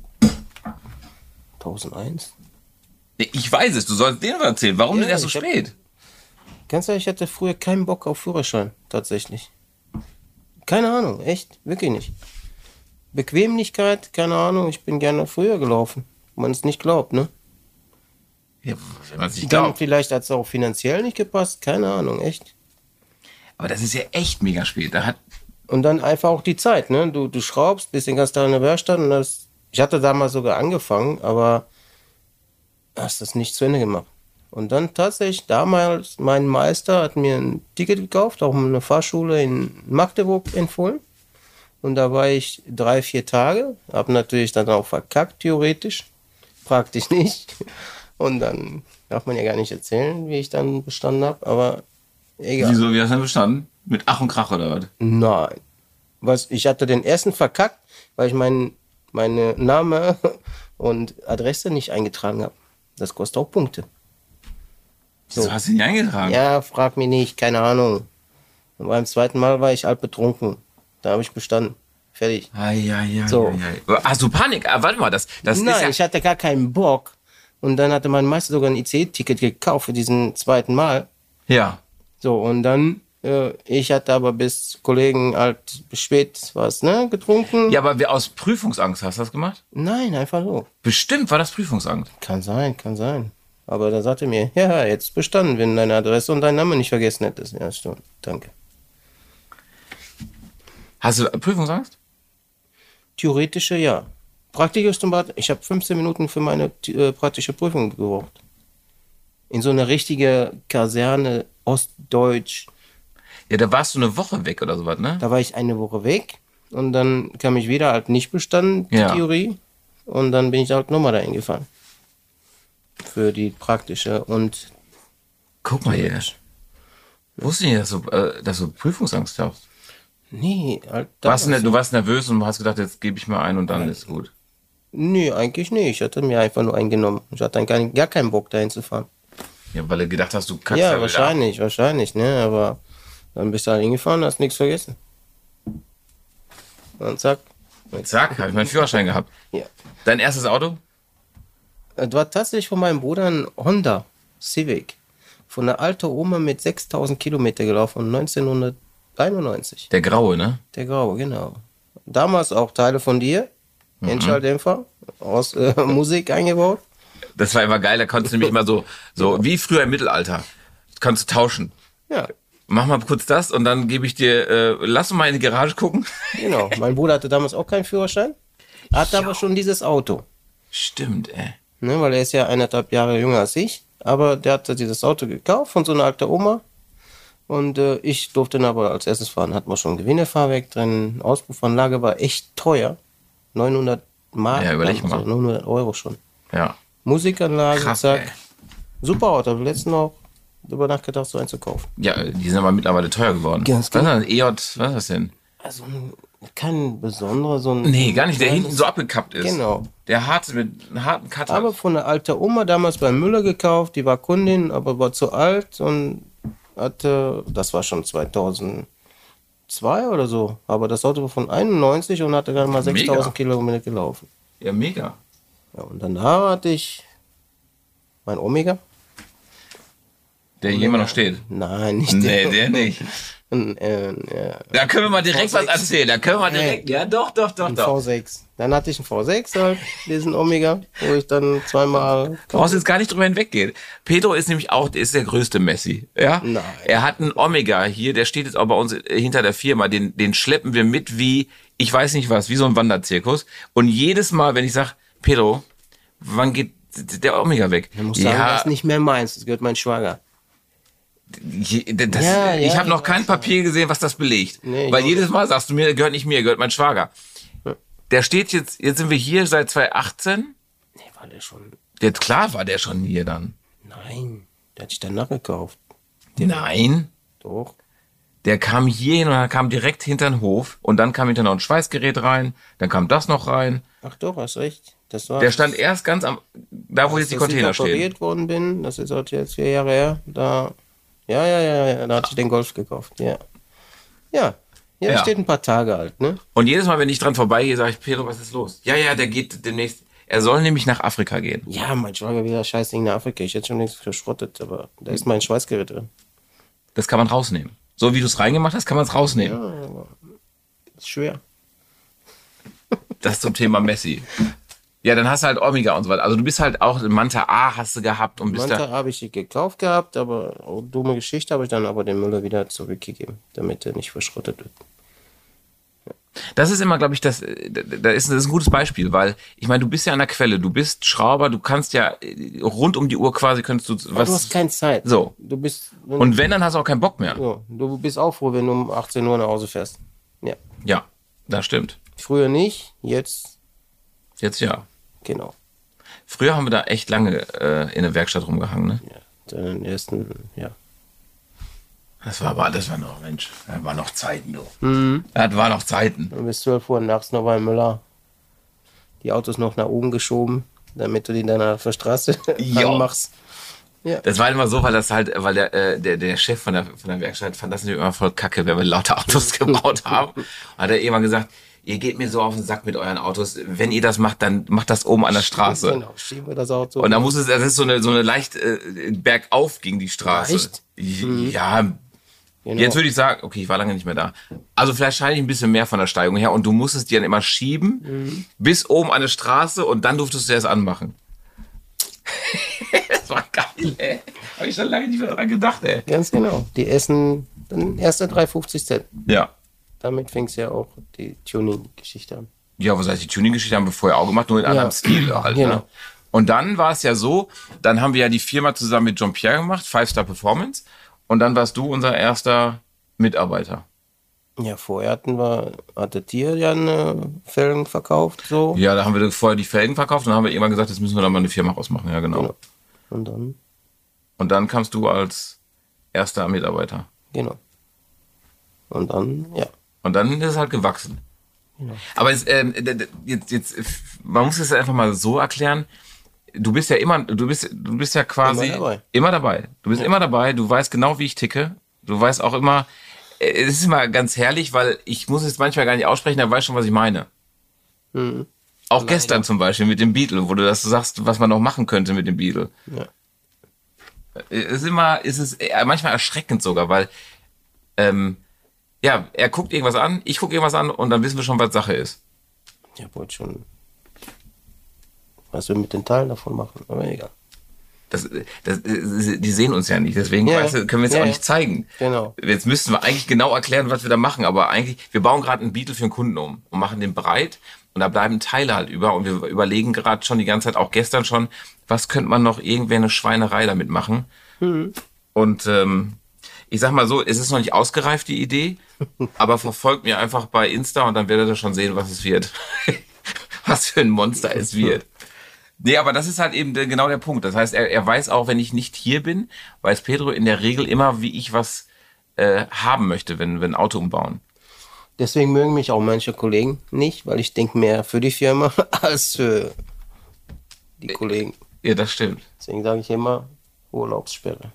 2001? Ich weiß es, du sollst den erzählen. Warum Ja, denn erst so ich hab- spät? Ganz ehrlich, ich hatte früher keinen Bock auf Führerschein, tatsächlich. Keine Ahnung, echt, wirklich nicht. Bequemlichkeit, keine Ahnung, ich bin gerne früher gelaufen. Wenn man es nicht glaubt, ne? Ja, wenn man es nicht Dann glaubt. vielleicht hat es auch finanziell nicht gepasst, keine Ahnung, echt. Aber das ist ja echt mega spät. Da hat, Und dann einfach auch die Zeit, ne? Du schraubst, bisschen ganz da in der Werkstatt und ich hatte damals sogar angefangen, aber hast das nicht zu Ende gemacht. Und dann tatsächlich damals, mein Meister hat mir ein Ticket gekauft, auch eine Fahrschule in Magdeburg empfohlen. Und da war ich 3-4 Tage, habe natürlich dann auch verkackt, theoretisch, praktisch nicht. Und dann Darf man ja gar nicht erzählen, wie ich dann bestanden habe, aber egal. Wieso, wie hast du denn bestanden? Mit Ach und Krach oder was? Nein. Ich hatte den ersten verkackt, weil ich meine Name und Adresse nicht eingetragen habe. Das kostet auch Punkte. Wieso hast du ihn nicht eingetragen? Ja, frag mich nicht, keine Ahnung. Und beim zweiten Mal war ich halb betrunken. Da habe ich bestanden. Fertig. So. Hast du Panik? Warte mal, das ist Nein, ja... ich hatte gar keinen Bock. Und dann hatte mein Meister sogar ein ICE-Ticket gekauft für diesen zweiten Mal. Ja. So, und dann, ich hatte aber bis Kollegen halt spät was, getrunken. Ja, aber wer aus Prüfungsangst hast du das gemacht? Nein, einfach so. Bestimmt war das Prüfungsangst. Kann sein. Aber da sagte er mir, ja, jetzt bestanden, wenn du deine Adresse und deinen Namen nicht vergessen hättest. Ja, stimmt. Danke. Hast du Prüfungsangst? Theoretische, ja. Praktisches zum Beispiel, ich habe 15 Minuten für meine praktische Prüfung gebraucht. In so eine richtige Kaserne, Ostdeutsch. Ja, da warst du eine Woche weg oder sowas, ne? Da war ich eine Woche weg und dann kam ich wieder, halt nicht bestanden, die Ja. Theorie. Und dann bin ich halt nochmal dahin gefahren. Für die praktische und Guck mal hier. Wusste nicht, dass du Prüfungsangst hast. nee, halt Du warst nervös und hast gedacht, jetzt gebe ich mal ein und dann ist gut. Nee, eigentlich nicht. Ich hatte mir einfach nur eingenommen. Ich hatte dann gar keinen Bock, dahin zu fahren. Ja, weil du gedacht hast, du kackst Ja, da wieder wahrscheinlich, ne? Aber dann bist du halt hingefahren, hast nichts vergessen. Und zack. ab. Zack, habe ich meinen Führerschein gehabt. Ja. Dein erstes Auto? Es war tatsächlich von meinem Bruder ein Honda Civic. Von einer alten Oma mit 6000 Kilometer gelaufen, 1991. Der graue, ne? Der Graue, genau. Damals auch Teile von dir, Endschalldämpfer, aus Musik eingebaut. Das war immer geil, da konntest du nämlich mal so wie früher im Mittelalter. Kannst du tauschen. Ja, Mach mal kurz das und dann gebe ich dir, lass uns mal in die Garage gucken. genau. Mein Bruder hatte damals auch keinen Führerschein, hatte aber schon dieses Auto. Stimmt, ey. Ne, weil er ist ja 1,5 Jahre jünger als ich. Aber der hatte dieses Auto gekauft von so einer alten Oma. Und ich durfte dann aber als erstes fahren. Hatten wir schon Gewinnefahrwerk drin. Auspuffanlage war echt teuer. 900 Mark. Ja, überleg also mal. 900 Euro schon. Ja. Musikanlage, Krass, zack. ey. Super Auto. Habe letztens noch drüber nachgedacht, so einen zu kaufen. Ja, die sind aber mittlerweile teuer geworden. Ganz Was ist das? EJ, was ist das denn? Also kein besonderer, so ein... Nee, gar nicht, der hinten so abgekappt ist. Genau. Der hart mit einem harten Cutter. Aber von einer alten Oma damals bei Müller gekauft. Die war Kundin, aber war zu alt und hatte, das war schon 2002 oder so. Aber das Auto war von 91 und hatte gerade mal 6000 Mega. Kilometer gelaufen. Ja, mega. Ja, und danach hatte ich mein Omega. Der hier immer noch steht. Nein, nicht Nee, der nicht. ja, Da können wir mal direkt was V6. erzählen. Da können wir direkt. Ja, doch. ein V6. Dann hatte ich einen V6 halt, diesen Omega, wo ich dann zweimal... Brauchst jetzt gar nicht drüber hinweggehen. Pedro ist nämlich auch, der ist der größte Messi. Ja? Nein. Er hat einen Omega hier, der steht jetzt auch bei uns hinter der Firma. Den schleppen wir mit wie, ich weiß nicht was, wie so ein Wanderzirkus. Und jedes Mal, wenn ich sage, Pedro, wann geht der Omega weg? Ich muss sagen, das ist nicht mehr meins. Das gehört mein Schwager. Ja, ich habe ja, noch kein Papier gesehen, was das belegt. Nee, Weil ich jedes Mal sagst du mir, gehört nicht mir, gehört mein Schwager. Der steht jetzt sind wir hier seit 2018. Nee, war der schon... Jetzt klar war der schon hier dann. Nein, der hat sich danach gekauft. Nein, Doch. der kam hier hin und dann kam direkt hinter den Hof und dann kam hinter noch ein Schweißgerät rein, dann kam das noch rein. Ach doch, hast recht. Das war... Der stand erst ganz da wo jetzt die Container Als ich stehen. operiert worden bin, das ist halt jetzt 4 Jahre her, da... Ja, da hatte ich den Golf gekauft, ja. Ja, Ja. steht ein paar Tage alt, ne? Und jedes Mal, wenn ich dran vorbeigehe, sage ich, Pedro, was ist los? Ja, der geht demnächst. Er soll nämlich nach Afrika gehen. Ja, mein Schwager wieder scheiß Ding nach Afrika. Ich hätte schon längst verschrottet, aber da ist mein Schweißgerät drin. Das kann man rausnehmen. So wie du es reingemacht hast, kann man es rausnehmen. Ja, aber ist schwer. Das zum Thema Messi. Ja, dann hast du halt Omega und so weiter. Also du bist halt auch Manta A hast du gehabt und bist Manta habe ich gekauft gehabt, aber oh, dumme Geschichte habe ich dann aber den Müller wieder zurückgegeben, damit er nicht verschrottet wird. Das ist immer, glaube ich, das ist ein gutes Beispiel, weil ich meine, du bist ja an der Quelle, du bist Schrauber, du kannst ja rund um die Uhr quasi könntest du Aber du hast keine Zeit. So. Du bist... Und wenn, dann hast du auch keinen Bock mehr. so, du bist auch froh, wenn du um 18 Uhr nach Hause fährst. Ja. Ja, das stimmt. Früher nicht, jetzt Jetzt ja. genau. Früher haben wir da echt lange in der Werkstatt rumgehangen, ne? Ja, den ersten, ja. Das war noch, Mensch, das war noch Zeiten, du. Das war noch Zeiten. Und bis 12 Uhr nachts noch bei Müller die Autos noch nach oben geschoben, damit du die dann auf der Straße machst. Ja. Das war immer so, weil der Chef von der Werkstatt fand das natürlich immer voll kacke, wenn wir lauter Autos gebaut haben. Hat er irgendwann gesagt, ihr geht mir so auf den Sack mit euren Autos, wenn ihr das macht, dann macht das oben an der Straße. Genau, schieben wir das Auto. Und dann das ist so eine leicht bergauf gegen die Straße. Echt? Ja, Genau. Jetzt würde ich sagen, okay, ich war lange nicht mehr da. Also vielleicht scheine ich ein bisschen mehr von der Steigung her und du musstest die dann immer schieben bis oben an der Straße und dann durftest du erst anmachen. Das war geil, ey. Habe ich schon lange nicht mehr dran gedacht, ey. Ganz genau. Die essen dann erste 3,50 Cent. Ja. Damit fängt ja auch die Tuning-Geschichte an. Ja, was heißt, die Tuning-Geschichte haben wir vorher auch gemacht, nur in anderem Stil halt. Genau. Ne? Und dann war es ja so, dann haben wir ja die Firma zusammen mit Jean-Pierre gemacht, 5-Star Performance. Und dann warst du unser erster Mitarbeiter. Ja, vorher hatte Tier ja eine Felgen verkauft, so. Ja, da haben wir vorher die Felgen verkauft und dann haben wir irgendwann gesagt, jetzt müssen wir da mal eine Firma rausmachen. Ja, genau. Und dann kamst du als erster Mitarbeiter. Genau. Und dann, ja. Und dann ist es halt gewachsen. Genau. Aber jetzt, man muss es einfach mal so erklären. Du bist ja quasi immer dabei. Du bist immer dabei. Du weißt genau, wie ich ticke. Du weißt auch immer, es ist immer ganz herrlich, weil ich muss es manchmal gar nicht aussprechen, er weiß schon, was ich meine. Auch gestern zum Beispiel mit dem Beatle, wo du das sagst, was man noch machen könnte mit dem Beatle. Ja. Es ist manchmal erschreckend sogar, weil er guckt irgendwas an, ich gucke irgendwas an und dann wissen wir schon, was Sache ist. Ja, wollte schon, was wir mit den Teilen davon machen, aber egal. Die sehen uns ja nicht, deswegen können wir es auch nicht zeigen. Genau. Jetzt müssten wir eigentlich genau erklären, was wir da machen, aber eigentlich, wir bauen gerade einen Beetle für einen Kunden um und machen den breit und da bleiben Teile halt über und wir überlegen gerade schon die ganze Zeit, auch gestern schon, was könnte man noch irgendwer eine Schweinerei damit machen. Und ich sag mal so, es ist noch nicht ausgereift, die Idee, aber verfolgt mir einfach bei Insta und dann werdet ihr schon sehen, was es wird. Was für ein Monster es wird. Nee, aber das ist halt eben genau der Punkt. Das heißt, er weiß auch, wenn ich nicht hier bin, weiß Pedro in der Regel immer, wie ich was haben möchte, wenn wir ein Auto umbauen. Deswegen mögen mich auch manche Kollegen nicht, weil ich denke mehr für die Firma als für die Kollegen. Ja, das stimmt. Deswegen sage ich immer Urlaubssperre.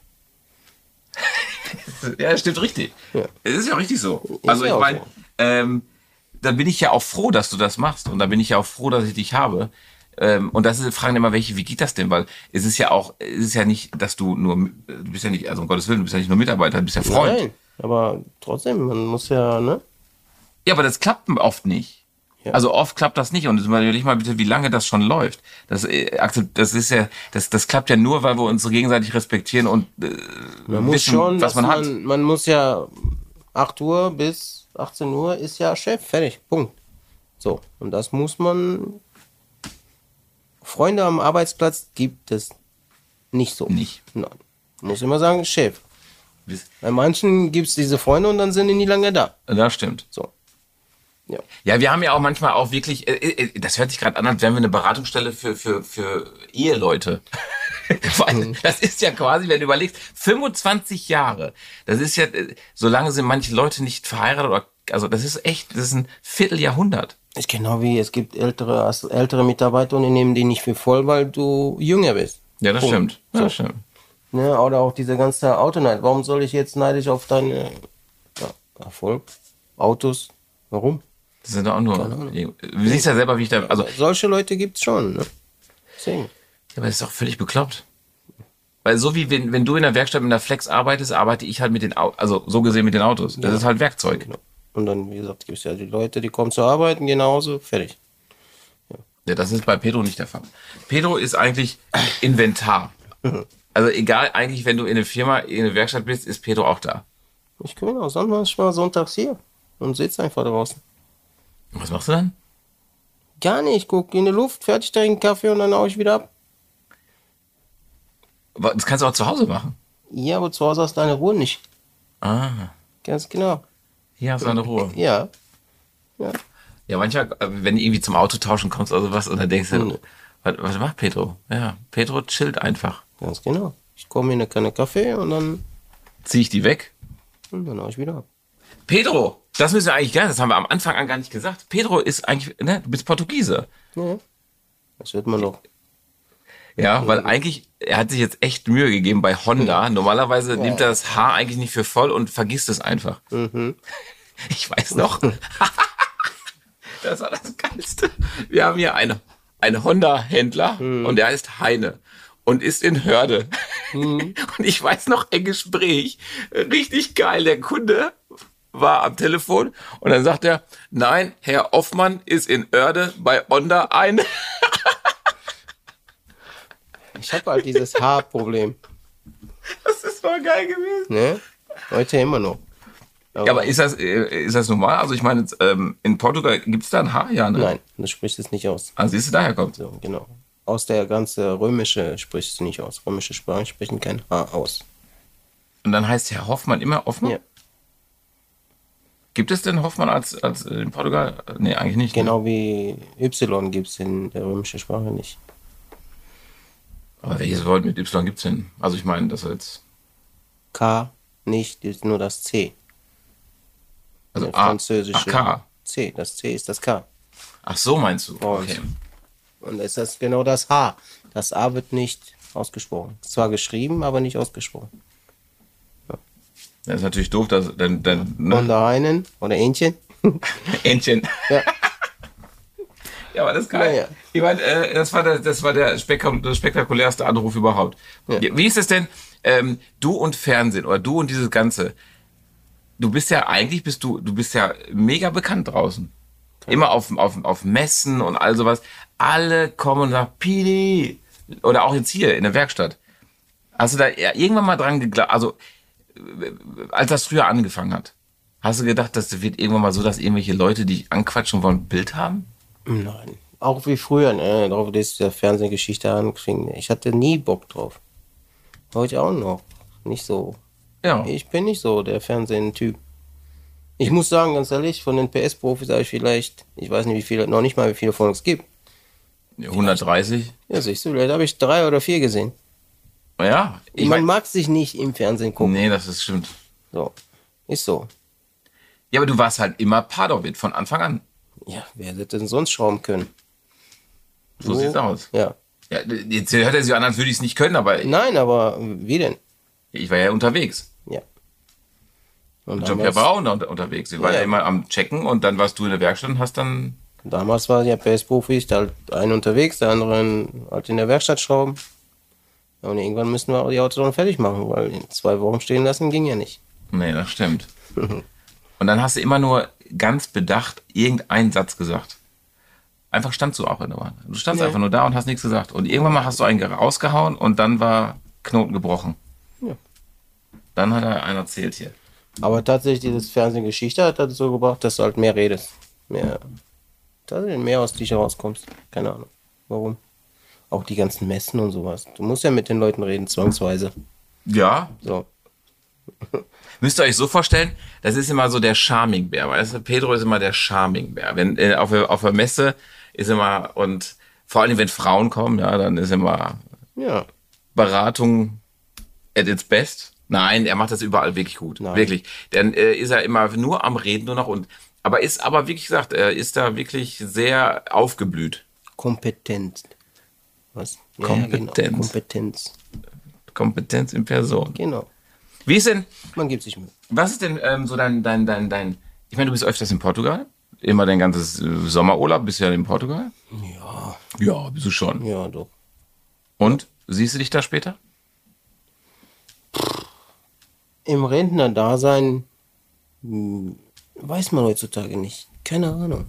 Ja, das stimmt richtig. Ja. Es ist ja auch richtig so. Ist also ja ich meine, so. Dann bin ich ja auch froh, dass du das machst und dann bin ich ja auch froh, dass ich dich habe. Und fragen immer welche, wie geht das denn? Weil es ist ja nicht, dass du bist ja nicht, also um Gottes Willen, du bist ja nicht nur Mitarbeiter, du bist ja Freund. Nein, aber trotzdem, man muss ja, ne? Ja, aber das klappt oft nicht. Ja. Also oft klappt das nicht und überleg mal bitte, wie lange das schon läuft. Das ist ja, das klappt ja nur, weil wir uns so gegenseitig respektieren und man wissen, schon, was man hat. Man muss ja 8 Uhr bis 18 Uhr ist ja Chef, fertig, Punkt. So, und das muss man. Freunde am Arbeitsplatz gibt es nicht so. Nicht. Nein. Muss immer sagen, Chef. Bei manchen gibt es diese Freunde und dann sind die nie lange da. Das stimmt. So. Ja. Ja, wir haben ja auch manchmal auch wirklich, das hört sich gerade an, als wären wir eine Beratungsstelle für Eheleute. Das ist ja quasi, wenn du überlegst, 25 Jahre. Das ist ja, so lange sind manche Leute nicht verheiratet also das ist ein Vierteljahrhundert. Ist genau wie, es gibt ältere Mitarbeiter und die nehmen die nicht für voll, weil du jünger bist. Ja, das stimmt. So. Das stimmt. Ja, oder auch diese ganze Autoneid. Warum soll ich jetzt neidisch auf deine Erfolg? Autos? Warum? Das sind doch auch nur. Du siehst ja selber, wie ich da. Also solche Leute gibt's schon, ne? Deswegen. Ja, aber das ist doch völlig bekloppt. Weil so wie wenn du in der Werkstatt mit einer Flex arbeitest, arbeite ich halt mit den Autos, also so gesehen mit den Autos. Das ist halt Werkzeug. Genau. Und dann, wie gesagt, gibt es ja die Leute, die kommen zur Arbeit, gehen nach Hause, fertig. Ja, das ist bei Pedro nicht der Fall. Pedro ist eigentlich Inventar. Also egal, eigentlich, wenn du in eine Werkstatt bist, ist Pedro auch da. Ich bin auch manchmal sonntags hier und sitze einfach draußen. Und was machst du dann? Gar nicht, ich gucke in die Luft, fertig trinken Kaffee und dann hau ich wieder ab. Das kannst du auch zu Hause machen. Ja, aber zu Hause hast du deine Ruhe nicht. Ah. Ganz genau. Hier hast du eine Ruhe. Ja. Ja, manchmal, wenn du irgendwie zum Auto tauschen kommst oder was, und dann denkst du, Was macht Pedro? Ja, Pedro chillt einfach. Ganz genau. Ich komme in eine Kanne Kaffee und dann Zieh ich die weg? hau ich wieder ab. Pedro, das müssen wir eigentlich gar nicht, das haben wir am Anfang an gar nicht gesagt. Pedro ist eigentlich, ne, du bist Portugiese. Ja. Das wird man doch. Ja, weil eigentlich, er hat sich jetzt echt Mühe gegeben bei Honda. Normalerweise nimmt er das H eigentlich nicht für voll und vergisst es einfach. Ich weiß noch, das war das Geilste. Wir haben hier einen Honda-Händler und der heißt Heine und ist in Hörde. Und ich weiß noch, ein Gespräch, richtig geil, der Kunde war am Telefon und dann sagt er, nein, Herr Hoffmann ist in Oerde bei Honda ein. Ich habe halt dieses Haarproblem. Das ist voll geil gewesen. Ne? Heute immer noch. Ja, aber ist das normal? Also ich meine, jetzt, in Portugal gibt es da ein H? Ja, ne? Nein, du sprichst es nicht aus. Ah, siehst du, daher kommt. So, genau. Aus der ganzen römische sprichst du nicht aus. Römische Sprachen sprechen kein H aus. Und dann heißt Herr Hoffmann immer Hoffmann? Ja. Gibt es denn Hoffmann als in Portugal? Nee, eigentlich nicht. Genau wie Y gibt es in der römischen Sprache nicht. Aber welches Wort mit Y gibt es denn? Also ich meine, das jetzt... K nicht, ist nur das C. Also Der A, französische K. C, das C ist das K. Ach so, meinst du? Okay. Und es ist genau das H. Das A wird nicht ausgesprochen. Zwar geschrieben, aber nicht ausgesprochen. Das ist natürlich doof, dass dann ne? Von der einen oder Ähnchen. Entchen. Ja. Ja, aber das ist geil. Ja. Ich meine, das war der spektakulärste Anruf überhaupt. Ja. Wie ist es denn, du und Fernsehen oder du und dieses Ganze? Du bist ja mega bekannt draußen. Immer auf Messen und all sowas. Alle kommen und sagen, Pidi. Oder auch jetzt hier in der Werkstatt. Hast du da irgendwann mal dran geglaubt, also als das früher angefangen hat, hast du gedacht, das wird irgendwann mal so, dass irgendwelche Leute dich anquatschen wollen, ein Bild haben? Nein. Auch wie früher, ne? Darauf ist der Fernsehgeschichte anfing. Ich hatte nie Bock drauf. Heute auch noch. Nicht so. Ja. Ich bin nicht so der Fernsehen-Typ. Ich muss sagen, ganz ehrlich, von den PS-Profis habe ich vielleicht, ich weiß nicht wie viele, noch nicht mal wie viele von uns gibt. 130? Ja, siehst du, vielleicht habe ich 3 oder 4 gesehen. Ja. Man mag sich nicht im Fernsehen gucken. Nee, das ist stimmt. So. Ist so. Ja, aber du warst halt immer Padorbit von Anfang an. Ja, wer hätte denn sonst schrauben können? So sieht's aus. Ja. Ja, jetzt hört er sich an, als würde ich es nicht können, aber Nein, aber wie denn? ich war ja unterwegs. Ja. Und Jean-Pierre war auch unterwegs. Ich war ja immer am Checken und dann warst du in der Werkstatt und hast dann... Damals war ja PS-Profis, da halt ein unterwegs, der andere halt in der Werkstatt schrauben. Ja, und irgendwann müssen wir auch die Autos dann fertig machen, weil in 2 Wochen stehen lassen ging ja nicht. Nee, das stimmt. Und dann hast du immer nur ganz bedacht irgendeinen Satz gesagt. Einfach standst du auch in der Wand. Du standst einfach nur da und hast nichts gesagt. Und irgendwann mal hast du einen rausgehauen und dann war Knoten gebrochen. Ja. Dann hat er einer erzählt hier. Aber tatsächlich, dieses Fernsehgeschichte hat das so gebracht, dass du halt mehr redest. Mehr aus dich rauskommst. Keine Ahnung. Warum? Auch die ganzen Messen und sowas. Du musst ja mit den Leuten reden, zwangsweise. Ja. So. Müsst ihr euch so vorstellen, das ist immer so der Charming-Bär. Weißt du, Pedro ist immer der Charming-Bär. Wenn auf der Messe ist immer, und vor allem, wenn Frauen kommen, ja, dann ist immer Beratung at its best. Nein, er macht das überall wirklich gut. Nein. Wirklich. Dann ist er immer nur am Reden nur noch aber wirklich gesagt, er ist da wirklich sehr aufgeblüht. Kompetent. Was? Ja, Kompetenz. genau. Kompetenz. Kompetenz in Person. Genau. Wie ist denn, Man gibt sich Mühe. was ist denn so dein, ich meine, du bist öfters in Portugal? Immer dein ganzes Sommerurlaub bist du ja in Portugal? Ja. Ja, bist du schon. Ja, doch. Und, siehst du dich da später? Im Rentner-Dasein weiß man heutzutage nicht. Keine Ahnung.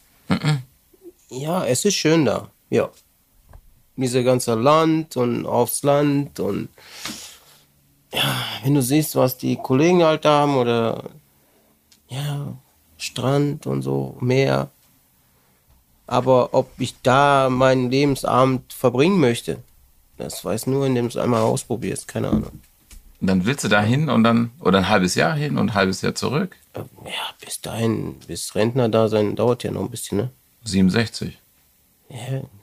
Ja, es ist schön da. Ja. Diese ganze Land und aufs Land und ja, wenn du siehst, was die Kollegen halt haben oder ja, Strand und so, Meer. Aber ob ich da meinen Lebensabend verbringen möchte, das weiß nur, indem du es einmal ausprobierst. Keine Ahnung. Und dann willst du da hin und dann, oder ein halbes Jahr hin und ein halbes Jahr zurück? Ja, bis dahin, bis Rentner da sein, dauert ja noch ein bisschen, ne? 67. Ja,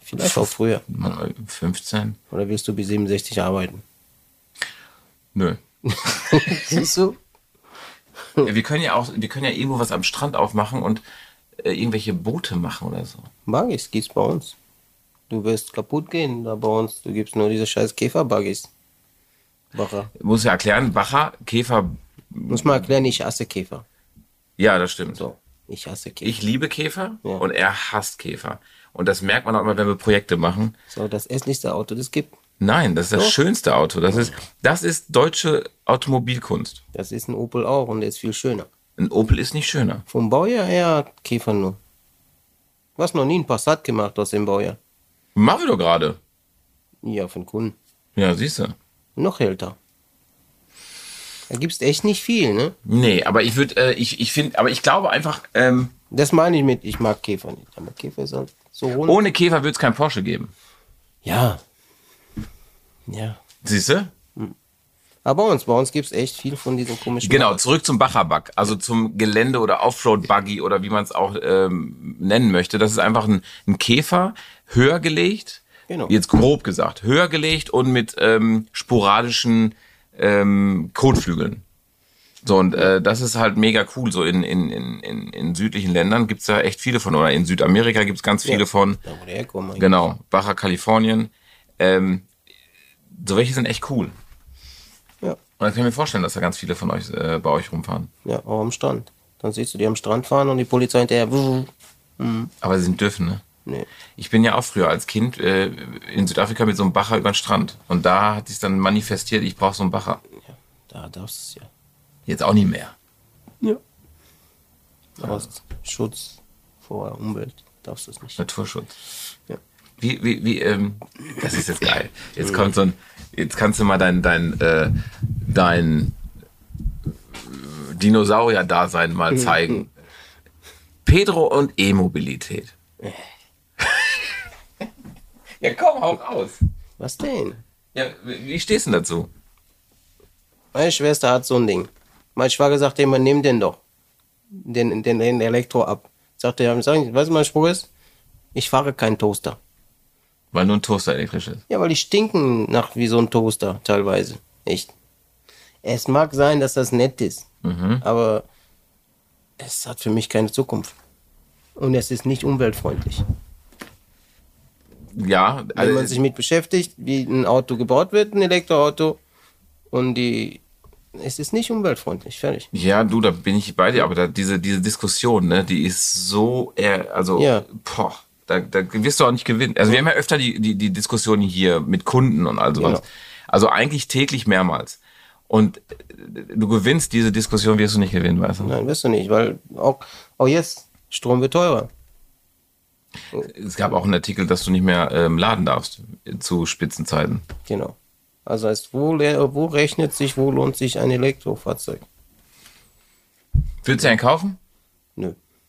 Vielleicht auch früher. 15? Oder willst du bis 67 arbeiten? Nö. Siehst du? Ja, wir können ja irgendwo was am Strand aufmachen und irgendwelche Boote machen oder so. Buggies gibt's bei uns. Du wirst kaputt gehen da bei uns. Du gibst nur diese scheiß Käfer-Buggies. Bacher. Muss ja erklären, Bacher, Käfer. Muss man erklären, ich hasse Käfer. Ja, das stimmt. So, ich hasse Käfer. Ich liebe Käfer Ja. und er hasst Käfer. Und das merkt man auch immer, wenn wir Projekte machen. So, das hässlichste Auto, das gibt. Nein, das ist das Doch. schönste Auto. Das ist deutsche Automobilkunst. Das ist ein Opel auch und der ist viel schöner. Ein Opel ist nicht schöner. Vom Baujahr her Käfer nur. Du hast noch nie einen Passat gemacht aus dem Baujahr. Machen wir doch gerade. Ja, von Kunden. Ja, siehst du. Noch älter. Da gibt's echt nicht viel, ne? Nee, aber ich glaube einfach, Das meine ich mit, ich mag Käfer nicht. Aber Käfer ist halt so rund. ohne Käfer wird es kein Porsche geben. Ja. Ja. Siehst du? Aber bei uns gibt's echt viel von diesen komischen... Genau, zurück zum Bacher-Bug, also zum Gelände- oder Offroad-Buggy oder wie man es auch nennen möchte. Das ist einfach ein Käfer, höher gelegt, Genau. jetzt grob gesagt, höher gelegt und mit sporadischen Kotflügeln. So, und das ist halt mega cool. So in südlichen Ländern gibt's da echt viele von, oder in Südamerika gibt's ganz viele von. Da wo der herkommt, eigentlich. Genau, Baja Kalifornien. So welche sind echt cool. Ja. Und dann kann ich mir vorstellen, dass da ganz viele von euch bei euch rumfahren. Ja, auch am Strand. Dann siehst du die am Strand fahren und die Polizei hinterher. Aber sie sind dürfen, ne? Nee. Ich bin ja auch früher als Kind in Südafrika mit so einem Bacher über den Strand. Und da hat sich dann manifestiert, ich brauche so einen Bacher. Ja, da darfst du es ja. Jetzt auch nicht mehr. Ja. Aus Schutz vor Umwelt darfst du es nicht. Naturschutz. Ja. Das ist jetzt geil. Jetzt kommt jetzt kannst du mal dein Dinosaurier-Dasein mal zeigen. Pedro und E-Mobilität. Ja, komm, hau raus. Was denn? Ja, wie stehst du denn dazu? Meine Schwester hat so ein Ding. Mein Schwager sagte immer, nimm den doch. Den Elektro ab. Sagte er, weißt du, was mein Spruch ist? Ich fahre keinen Toaster. Weil nur ein Toaster elektrisch ist. Ja, weil die stinken nach wie so ein Toaster teilweise. Echt. Es mag sein, dass das nett ist, aber es hat für mich keine Zukunft. Und es ist nicht umweltfreundlich. Ja, Wenn man sich mit beschäftigt, wie ein Auto gebaut wird, ein Elektroauto, und es ist nicht umweltfreundlich, fertig. ja, du, da bin ich bei dir, aber diese Diskussion, ne, die ist so, Ja. da wirst du auch nicht gewinnen. Also wir haben ja öfter die Diskussion hier mit Kunden und all sowas. Genau. Also eigentlich täglich mehrmals. Und du gewinnst diese Diskussion, wirst du nicht gewinnen, weißt du? Nein, wirst du nicht, weil auch jetzt, Strom wird teurer. Es gab auch einen Artikel, dass du nicht mehr laden darfst zu Spitzenzeiten. Genau. Also heißt, wo lohnt sich ein Elektrofahrzeug? Würdest du einen kaufen? Nö.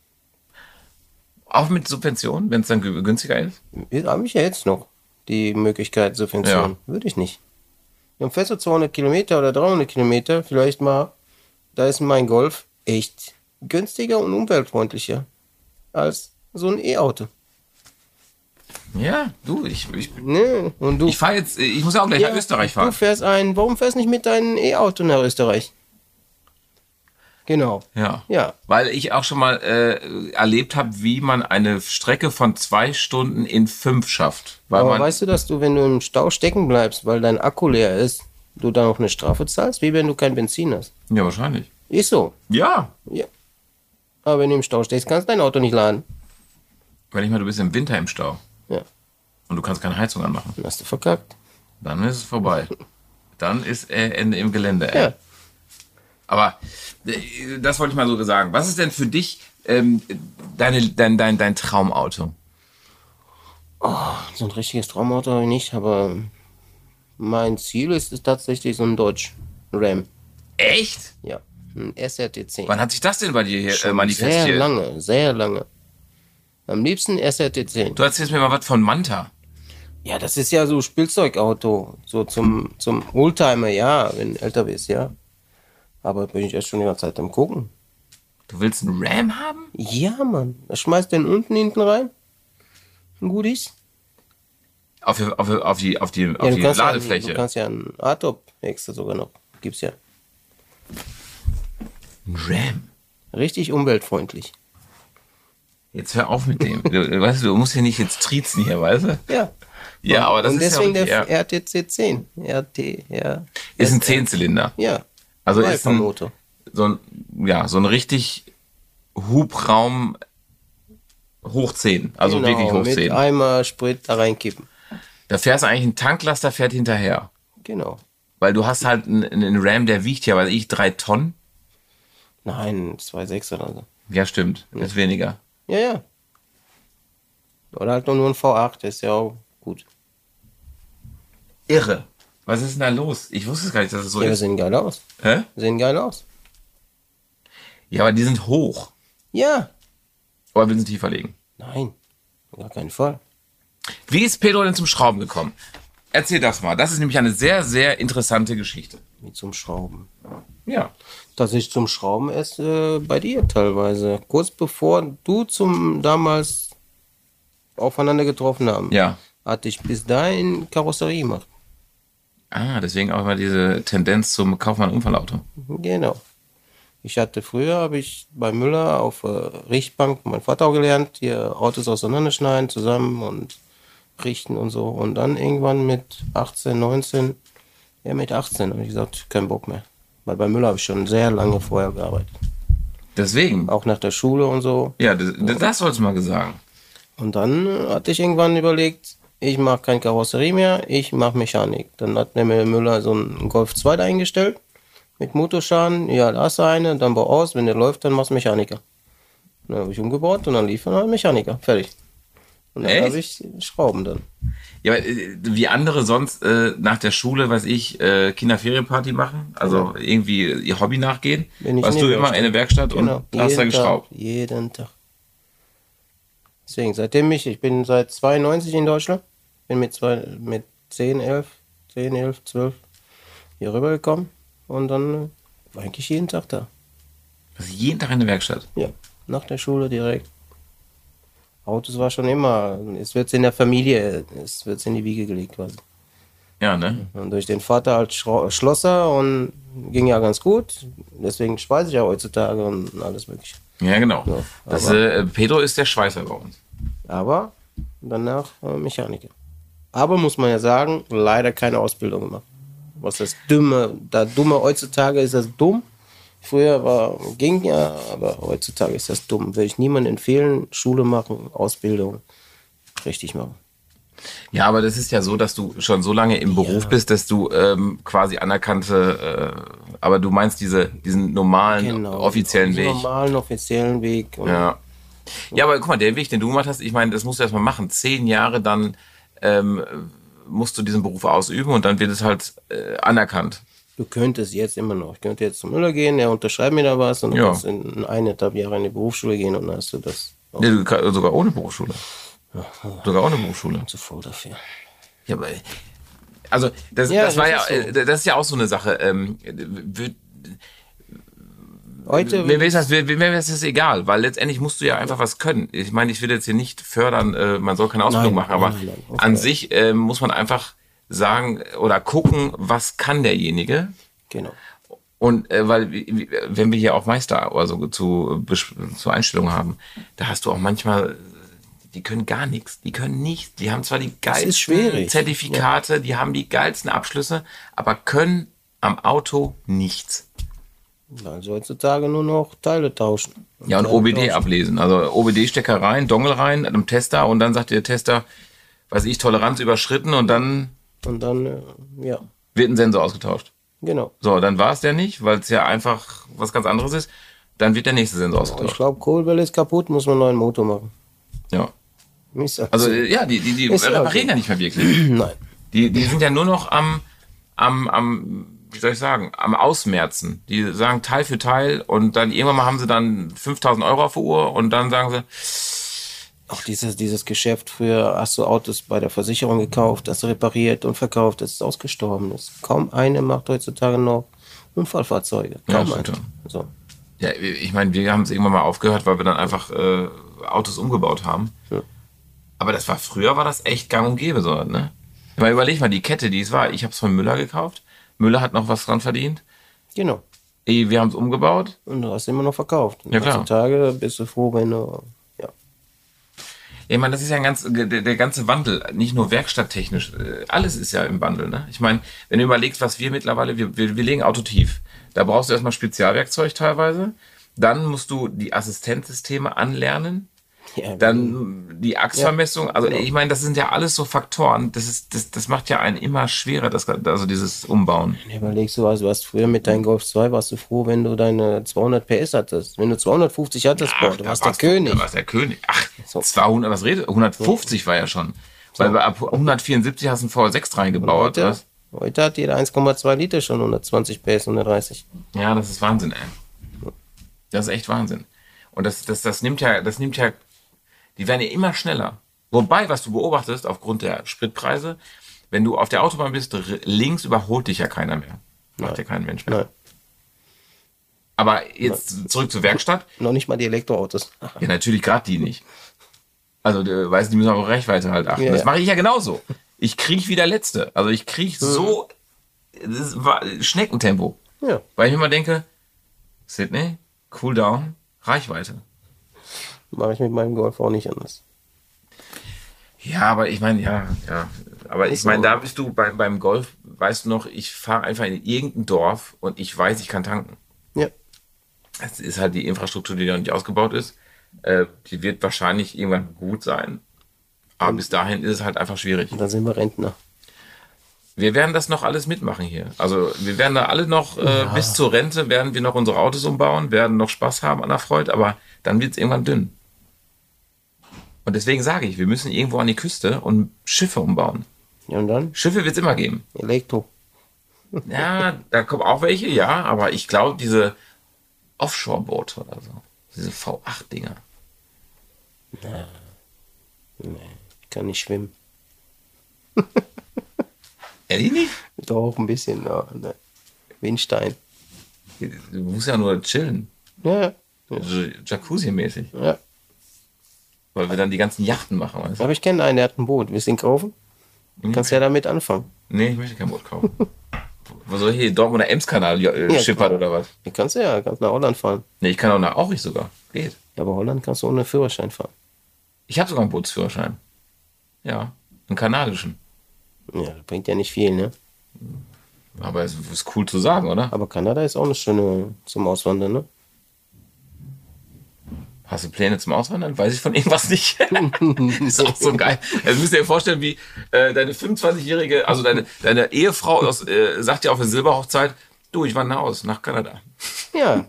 Auch mit Subventionen, wenn es dann günstiger ist? Habe ich ja jetzt noch die Möglichkeit, Subventionen. Ja. Würde ich nicht. Dann fährst du 200 Kilometer oder 300 Kilometer, vielleicht mal, da ist mein Golf echt günstiger und umweltfreundlicher als so ein E-Auto. Ja, du, ich Ne? Und du, fahre jetzt, ich muss ja auch gleich nach Österreich fahren. Warum fährst du nicht mit deinem E-Auto nach Österreich? Genau. Ja. Ja. Weil ich auch schon mal erlebt habe, wie man eine Strecke von 2 Stunden in 5 schafft. Weil Aber man, weißt du, dass du, wenn du im Stau stecken bleibst, weil dein Akku leer ist, du dann auch eine Strafe zahlst, wie wenn du kein Benzin hast? ja, wahrscheinlich. Ist so. Ja. Ja. Aber wenn du im Stau stehst, kannst du dein Auto nicht laden. Wenn ich mal, du bist im Winter im Stau Ja. und du kannst keine Heizung anmachen, Dann hast du verkackt. dann ist es vorbei. Dann ist Ende im Gelände. Ja. Aber das wollte ich mal so sagen. Was ist denn für dich dein Traumauto? So ein richtiges Traumauto habe ich nicht, aber mein Ziel ist es tatsächlich so ein Dodge Ram. Echt? Ja. Ein SRT10. Wann hat sich das denn bei dir hier Sehr manifestiert? lange, sehr lange. Am liebsten SRT10. Du erzählst mir mal was von Manta. Ja, das ist ja so Spielzeugauto. So zum Oldtimer, ja, wenn du älter bist, ja. Aber bin ich erst schon die ganze Zeit am Gucken. Du willst einen Ram haben? Ja, Mann. Da schmeißt den unten hinten rein. Und gut ist. auf die Du Ladefläche. kannst ja einen Artop extra sogar noch. Gibt's ja. Ein Ram. Richtig umweltfreundlich. Jetzt hör auf mit dem. Weißt du musst ja nicht jetzt triezen hier, weißt du? Ja. Ja, aber das und ist deswegen ja der RTC 10. RT, ja. ist ein 10-Zylinder. Ja. Also ist ein, Motor. so ein richtig Hubraum hoch 10. Also Genau, wirklich hoch mit 10. Eimer Sprit da reinkippen. Da fährst du eigentlich, ein Tanklaster fährt hinterher. Genau. Weil du hast halt einen Ram, der wiegt ja, 3 Tonnen. Nein, 2,6 oder so. Ja, stimmt. Ist weniger. Ja, ja. Oder halt nur ein V8, das ist ja auch gut. Irre. Was ist denn da los? Ich wusste es gar nicht, dass es so Ja, die ist. sehen geil aus. Hä? Sehen geil aus. Ja, aber die sind hoch. Ja. Oder willst du tiefer legen? Nein, auf gar keinen Fall. Wie ist Pedro denn zum Schrauben gekommen? Erzähl das mal. Das ist nämlich eine sehr, sehr interessante Geschichte. Wie zum Schrauben. Ja. Dass ich zum Schrauben erst bei dir teilweise. Kurz bevor du damals aufeinander getroffen haben. Ja. Hatte ich bis dahin Karosserie gemacht. Ah, deswegen auch immer diese Tendenz zum Kaufmann-Unfallauto. Genau. Habe ich bei Müller auf Richtbank, mein Vater auch gelernt, hier Autos auseinanderschneiden zusammen und richten und so. Und dann irgendwann mit 18, 19, mit 18 habe ich gesagt, kein Bock mehr. Weil bei Müller habe ich schon sehr lange vorher gearbeitet. Deswegen. Auch nach der Schule und so. Ja, das sollst du mal sagen. Und dann hatte ich irgendwann überlegt, ich mache keine Karosserie mehr, ich mache Mechanik. Dann hat mir Müller so einen Golf 2 eingestellt mit Motorschaden. Ja, da hast du eine, dann bau aus, wenn der läuft, dann machst du Mechaniker. Dann habe ich umgebaut und dann lief dann Mechaniker. Fertig. Und dann habe ich Schrauben dann. Ja, aber wie andere sonst nach der Schule, weiß ich, Kinderferienparty machen, also irgendwie ihr Hobby nachgehen. Warst du immer in der Werkstatt und hast da geschraubt? Jeden Tag. Deswegen, ich bin seit 92 in Deutschland, bin mit 10, 11, 12 hier rübergekommen und dann war eigentlich jeden Tag da. Also jeden Tag in der Werkstatt? Ja, nach der Schule direkt. Autos war schon immer, es wird in der Familie, es wird in die Wiege gelegt quasi. Ja, ne? Und durch den Vater als Schlosser und ging ja ganz gut, deswegen speise ich ja heutzutage und alles mögliche. Ja, genau. Ja, Pedro ist der Schweißer bei uns. Aber danach Mechaniker. Aber muss man ja sagen, leider keine Ausbildung gemacht. Was das Dumme heutzutage ist das dumm. Früher ging ja, aber heutzutage ist das dumm. Würde ich niemandem empfehlen, Schule machen, Ausbildung richtig machen. Ja, aber das ist ja so, dass du schon so lange im Beruf bist, dass du quasi anerkannte, aber du meinst diesen normalen, offiziellen Weg. Normalen, offiziellen Weg. Ja. Ja, aber guck mal, der Weg, den du gemacht hast, ich meine, das musst du erstmal machen. 10 Jahre, dann musst du diesen Beruf ausüben und dann wird es halt anerkannt. Du könntest jetzt immer noch. Ich könnte jetzt zum Müller gehen, er unterschreibt mir da was und du kannst in 1,5 Jahre in die Berufsschule gehen und dann hast du das. Ja, sogar ohne Berufsschule. Sogar ohne Berufsschule. Zu voll dafür. Ja, aber also das ist ja auch so eine Sache. Heute mir ist das egal, weil letztendlich musst du ja einfach was können. Ich meine, ich will jetzt hier nicht fördern, man soll keine Ausbildung machen, aber nein, okay. An sich muss man einfach sagen oder gucken, was kann derjenige. Genau. Und weil, wenn wir hier auch Meister oder so zur Einstellung haben, da hast du auch manchmal, die können gar nichts, die können nichts. Die haben zwar die geilsten Zertifikate, die haben die geilsten Abschlüsse, aber können am Auto nichts. Also heutzutage nur noch Teile tauschen. Ja, und OBD ablesen. Also OBD-Stecker rein, Dongle rein, einem Tester und dann sagt der Tester, weiß ich, Toleranz überschritten und dann wird ein Sensor ausgetauscht. Genau. So, dann war es der nicht, weil es ja einfach was ganz anderes ist. Dann wird der nächste Sensor ausgetauscht. Ich glaube, Kohlwelle ist kaputt, muss man einen neuen Motor machen. Ja. Also ja, die reparieren ja nicht mehr wirklich. Nein. Die sind ja nur noch am wie soll ich sagen, am Ausmerzen. Die sagen Teil für Teil und dann irgendwann mal haben sie dann 5.000 Euro auf der Uhr und dann sagen sie... Auch dieses Geschäft, früher hast du Autos bei der Versicherung gekauft, das repariert und verkauft, das ist ausgestorben. Kaum eine macht heutzutage noch Unfallfahrzeuge. Kaum eine. So. Ja, ich meine, wir haben es irgendwann mal aufgehört, weil wir dann einfach Autos umgebaut haben. Ja. Aber früher war das echt gang und gäbe so, ne? Weil überleg mal, die Kette, die es war, ich habe es von Müller gekauft. Müller hat noch was dran verdient. Genau. Wir haben es umgebaut. Und du hast immer noch verkauft. Ja, klar. Heutzutage bist du froh, wenn du, ja. Ich meine, das ist ja der ganze Wandel, nicht nur werkstatttechnisch, alles ist ja im Wandel, ne? Ich meine, wenn du überlegst, was wir mittlerweile, wir legen Auto tief. Da brauchst du erstmal Spezialwerkzeug teilweise. Dann musst du die Assistenzsysteme anlernen. Ja, Dann die Achsvermessung. Also genau. ich meine, das sind ja alles so Faktoren. Das macht ja einen immer schwerer, also dieses Umbauen. Überlegst du, also du hast früher mit deinem Golf 2, warst du froh, wenn du deine 200 PS hattest. Wenn du 250 hattest, boah, du warst der König. Da warst der König. Ach, So. 200, was redet? 150 war ja schon. Weil ab 174 hast du einen V6 reingebaut. Heute hat jeder 1,2 Liter schon 120 PS, 130. Ja, das ist Wahnsinn, ey. Das ist echt Wahnsinn. Und das nimmt ja, die werden ja immer schneller. Wobei, was du beobachtest, aufgrund der Spritpreise, wenn du auf der Autobahn bist, links überholt dich ja keiner mehr. Macht ja kein Mensch mehr. Nein. Aber jetzt zurück zur Werkstatt. Noch nicht mal die Elektroautos. Ja, natürlich gerade die nicht. Also, du weißt, die müssen auf Reichweite halt achten. Ja, Das ja. mache ich ja genauso. Ich kriege wie der Letzte. Also ich kriege so das war Schneckentempo. Ja. Weil ich immer denke, Sydney, cool down, Reichweite. Mache ich mit meinem Golf auch nicht anders. Ja, aber ich meine, ja. Aber ich meine, da bist du beim Golf, weißt du noch, ich fahre einfach in irgendein Dorf und ich weiß, ich kann tanken. Ja. Das ist halt die Infrastruktur, die noch nicht ausgebaut ist. Die wird wahrscheinlich irgendwann gut sein. Aber bis dahin ist es halt einfach schwierig. Und dann sind wir Rentner. Wir werden das noch alles mitmachen hier. Also wir werden da alle noch, bis zur Rente werden wir noch unsere Autos umbauen, werden noch Spaß haben an der Freude, aber dann wird es irgendwann dünn. Und deswegen sage ich, wir müssen irgendwo an die Küste und Schiffe umbauen. Ja, und dann? Schiffe wird es immer geben. Elektro. Ja, da kommen auch welche, ja, aber ich glaube, diese Offshore-Boote oder so, diese V8-Dinger. Nee, ich kann nicht schwimmen. Ehrlich nicht? Doch, ein bisschen, ja. Ne. Windstein. Du musst ja nur chillen. Ja, So Jacuzzi-mäßig. ja. Weil wir dann die ganzen Yachten machen, weißt du? Aber ich kenne einen, der hat ein Boot. Willst du ihn kaufen? Kannst ja damit anfangen. Nee, ich möchte kein Boot kaufen. Wo soll ich hier Dortmunder Ems-Kanal schippern oder was? Du kannst kannst nach Holland fahren. Nee, ich kann auch nach Aurich sogar. Geht. Ja, aber Holland kannst du ohne Führerschein fahren. Ich habe sogar einen Bootsführerschein. Ja, einen kanadischen. Ja, das bringt ja nicht viel, ne? Aber es ist cool zu sagen, oder? Aber Kanada ist auch eine schöne zum Auswandern, ne? Hast du Pläne zum Auswandern? Weiß ich von irgendwas nicht. Ist auch so geil. Also müsst ihr euch vorstellen, wie deine 25-jährige, also deine Ehefrau sagt ja auf der Silberhochzeit, du, ich wandere aus nach Kanada. Ja.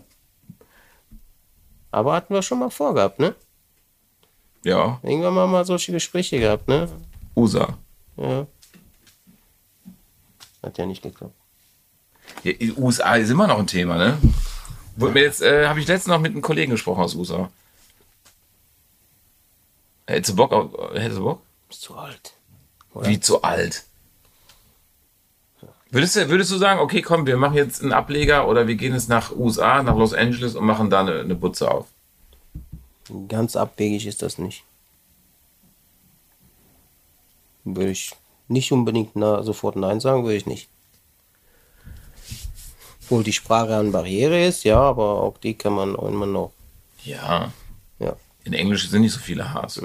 Aber hatten wir schon mal vorgehabt, ne? Ja, Irgendwann mal solche Gespräche gehabt, ne? USA. Ja. Hat ja nicht geklappt. Ja, die USA ist immer noch ein Thema, ne? Habe ich letztens noch mit einem Kollegen gesprochen aus USA. Hättest du Bock? Bist zu alt. Wie zu alt? Würdest du sagen, okay, komm, wir machen jetzt einen Ableger oder wir gehen jetzt nach USA, nach Los Angeles und machen da eine Butze auf? Ganz abwegig ist das nicht. Würde ich nicht unbedingt sofort Nein sagen, würde ich nicht. Obwohl die Sprache eine Barriere ist, ja, aber auch die kann man auch immer noch. Ja, Ja. in Englisch sind nicht so viele H's.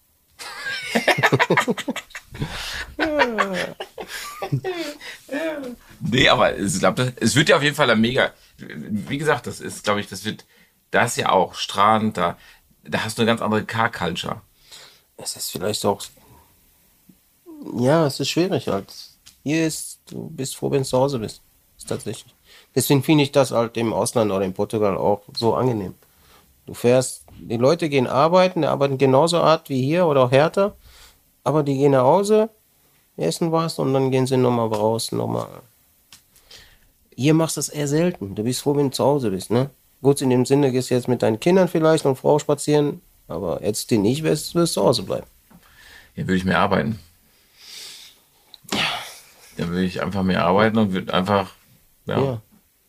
Nee, aber ich glaube, es wird ja auf jeden Fall ein mega. Wie gesagt, das ist, glaube ich, da ist ja auch strahlend, da hast du eine ganz andere Car-Culture. Es ist vielleicht auch. Ja, es ist schwierig halt. Du bist froh, wenn du zu Hause bist. Ist tatsächlich. Deswegen finde ich das halt im Ausland oder in Portugal auch so angenehm. Du fährst, die Leute gehen arbeiten, die arbeiten genauso hart wie hier oder auch härter, aber die gehen nach Hause, essen was und dann gehen sie nochmal raus, nochmal. Hier machst du das eher selten. Du bist froh, wenn du zu Hause bist, ne? Gut, in dem Sinne gehst du jetzt mit deinen Kindern vielleicht und Frau spazieren, aber jetzt die nicht, wirst du zu Hause bleiben. Ja, würde ich mehr arbeiten. Dann würde ich einfach mehr arbeiten und würde einfach, ja.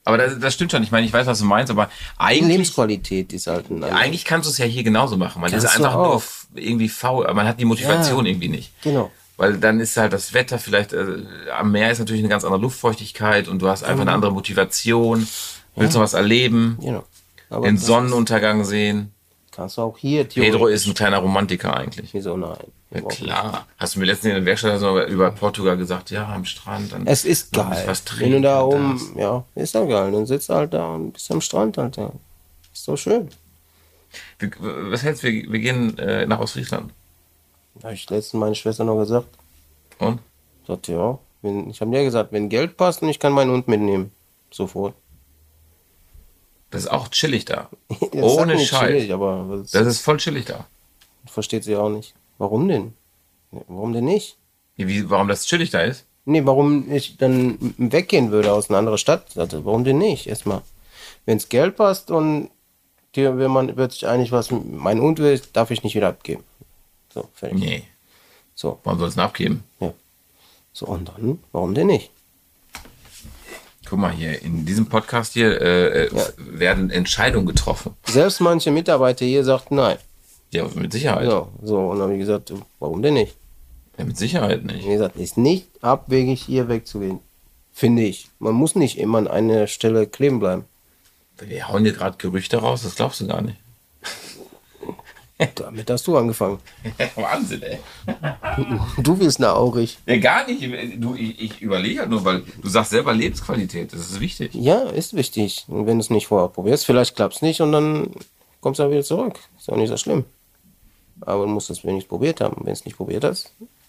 Aber das stimmt schon. Ich meine, ich weiß, was du meinst, aber Die eigentlich, Lebensqualität ist halt ein anderes. eigentlich kannst du es ja hier genauso machen. Man ist Kannst du einfach nur auch. irgendwie faul, aber man hat die Motivation Ja. irgendwie nicht. Genau. Weil dann ist halt das Wetter vielleicht, am Meer ist natürlich eine ganz andere Luftfeuchtigkeit und du hast einfach eine andere Motivation, willst noch was erleben, Genau. Aber den das Sonnenuntergang sehen. kannst du auch hier Pedro ist ein kleiner Romantiker eigentlich. Wieso nein? Ja, klar. Hast du mir letztens in der Werkstatt also über Portugal gesagt, ja, am Strand. Dann Es ist noch ein geil. bisschen was Wenn du da trinken, das. ja, ist doch geil. Dann sitzt du halt da und bist am Strand, Alter. Ist doch schön. Was hältst du? Wir gehen nach Ostfriesland. Habe ich letztens meine Schwester noch gesagt. Und? Sagt, ja, ich habe dir gesagt, wenn Geld passt und ich kann meinen Hund mitnehmen. Sofort. Das ist auch chillig da. Das Ohne sagt nicht Scheiß. chillig, aber Das ist voll chillig da. versteht sie auch nicht. Warum denn? Warum denn nicht? Warum das chillig da ist? Nee, warum ich dann weggehen würde aus einer anderen Stadt? Sagte, warum denn nicht? Erstmal, wenn es Geld passt und wenn man wird sich einig, was mein Hund will, darf ich nicht wieder abgeben. So, fertig. Nee. So, Warum soll es denn abgeben? ja. So, und dann, warum denn nicht? Guck mal hier, in diesem Podcast hier werden Entscheidungen getroffen. Selbst manche Mitarbeiter hier sagten nein. Ja, mit Sicherheit. So, und dann habe ich gesagt, warum denn nicht? Ja, mit Sicherheit nicht. Wie gesagt, ist nicht abwegig, hier wegzugehen. Finde ich. Man muss nicht immer an einer Stelle kleben bleiben. Wir hauen hier gerade Gerüchte raus, das glaubst du gar nicht. Damit hast du angefangen. Wahnsinn, ey. Du bist naurig. Ja, gar nicht. Ich überlege halt nur, weil du sagst selber Lebensqualität, das ist wichtig. Ja, ist wichtig. Und wenn du es nicht vorher probierst, vielleicht klappt es nicht und dann kommst du wieder zurück. Ist auch nicht so schlimm. Aber du musst es wenigstens probiert haben. Wenn es nicht probiert hast.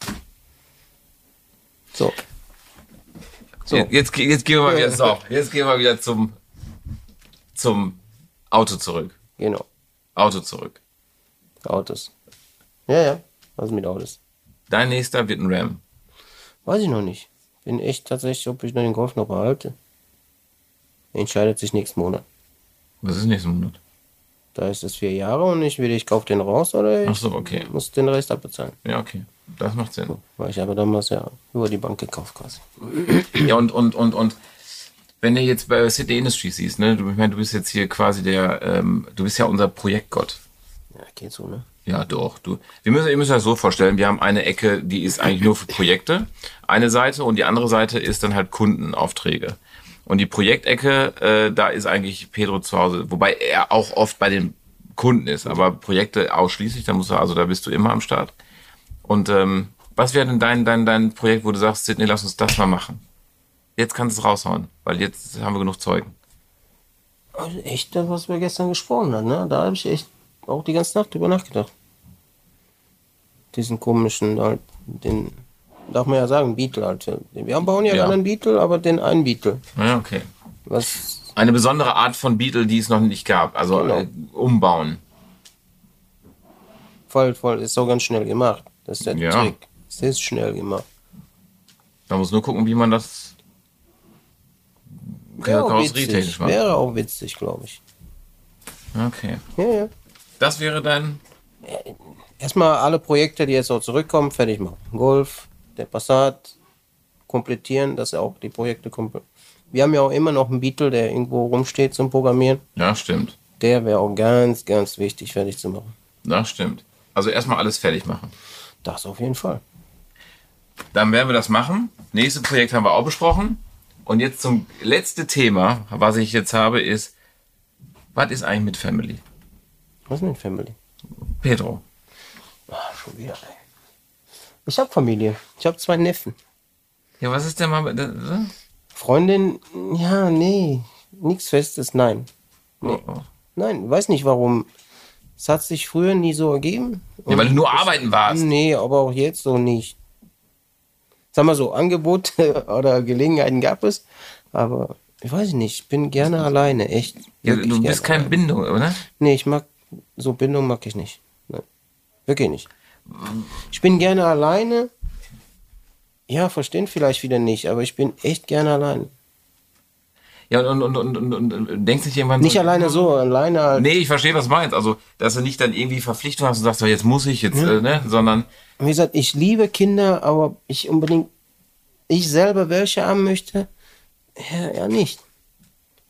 So. Jetzt gehen wir mal wieder, jetzt gehen wir wieder zum Auto zurück. Genau. Auto zurück. Autos. Ja. Was mit Autos? Dein nächster wird ein Ram. Weiß ich noch nicht. Bin echt tatsächlich, ob ich den Golf noch behalte. Entscheidet sich nächsten Monat. Was ist nächsten Monat? Da ist es 4 Jahre und ich kaufe den raus oder Ach ich so, okay. muss den Rest abbezahlen. Ja, okay. Das macht Sinn. Weil ich habe damals ja über die Bank gekauft quasi. Ja, und wenn du jetzt bei City Industries siehst, ne, ich meine, du bist jetzt hier quasi du bist ja unser Projektgott. Ja, geht so, ne? Ja, doch. Ihr müsst euch das so vorstellen, wir haben eine Ecke, die ist eigentlich nur für Projekte, eine Seite, und die andere Seite ist dann halt Kundenaufträge. Und die Projektecke, da ist eigentlich Pedro zu Hause, wobei er auch oft bei den Kunden ist, aber Projekte ausschließlich, da bist du immer am Start. Und was wäre denn dein Projekt, wo du sagst, Sydney, lass uns das mal machen? Jetzt kannst du es raushauen, weil jetzt haben wir genug Zeugen. Also echt das, was wir gestern gesprochen haben, ne? Da habe ich echt auch die ganze Nacht drüber nachgedacht. Diesen komischen, halt, den, darf man ja sagen, Beetle halt. Wir bauen ja Ja. einen Beetle, aber den einen Beetle. Ja, okay. Was, Eine besondere Art von Beetle, die es noch nicht gab, also Genau. umbauen. voll, ist auch ganz schnell gemacht. Das ist der Ja. Trick. Es ist schnell gemacht. Man muss nur gucken, wie man das Wäre auch karosserietechnisch witzig, macht. wäre auch witzig, glaube ich. Okay. Ja. Das wäre dein... Erstmal alle Projekte, die jetzt auch zurückkommen, fertig machen. Golf, der Passat, komplettieren, dass auch die Projekte komplett. Wir haben ja auch immer noch einen Beetle, der irgendwo rumsteht zum Programmieren. Ja, stimmt. Der wäre auch ganz, ganz wichtig, fertig zu machen. Das stimmt. Also erstmal alles fertig machen. Das auf jeden Fall. Dann werden wir das machen. Nächstes Projekt haben wir auch besprochen. Und jetzt zum letzten Thema, was ich jetzt habe, ist, was ist eigentlich mit Family? Was ist denn Family? Pedro. Schon wieder, ey. Ich habe Familie. Ich habe 2 Neffen. Ja, was ist denn mal mit... Freundin, ja, nee. Nichts Festes, nein. Oh, oh. Nein, weiß nicht warum. Es hat sich früher nie so ergeben. Ja, weil du nur arbeiten warst. Nee, aber auch jetzt so nicht. Sag mal so, Angebote oder Gelegenheiten gab es, aber ich weiß nicht, ich bin gerne alleine, echt. Ja, Wirklich du gerne bist keine alleine. Bindung, oder? Nee, Bindung mag ich nicht. Nein, wirklich nicht. Ich bin gerne alleine. Ja, verstehen vielleicht wieder nicht, aber ich bin echt gerne alleine. Ja, und denkst nicht irgendwann... Nicht alleine so, alleine halt. Nee, ich verstehe, was du meinst. Also, dass du nicht dann irgendwie Verpflichtung hast und sagst, so, jetzt muss ich, sondern... Wie gesagt, ich liebe Kinder, aber ich selber welche haben möchte, ja nicht.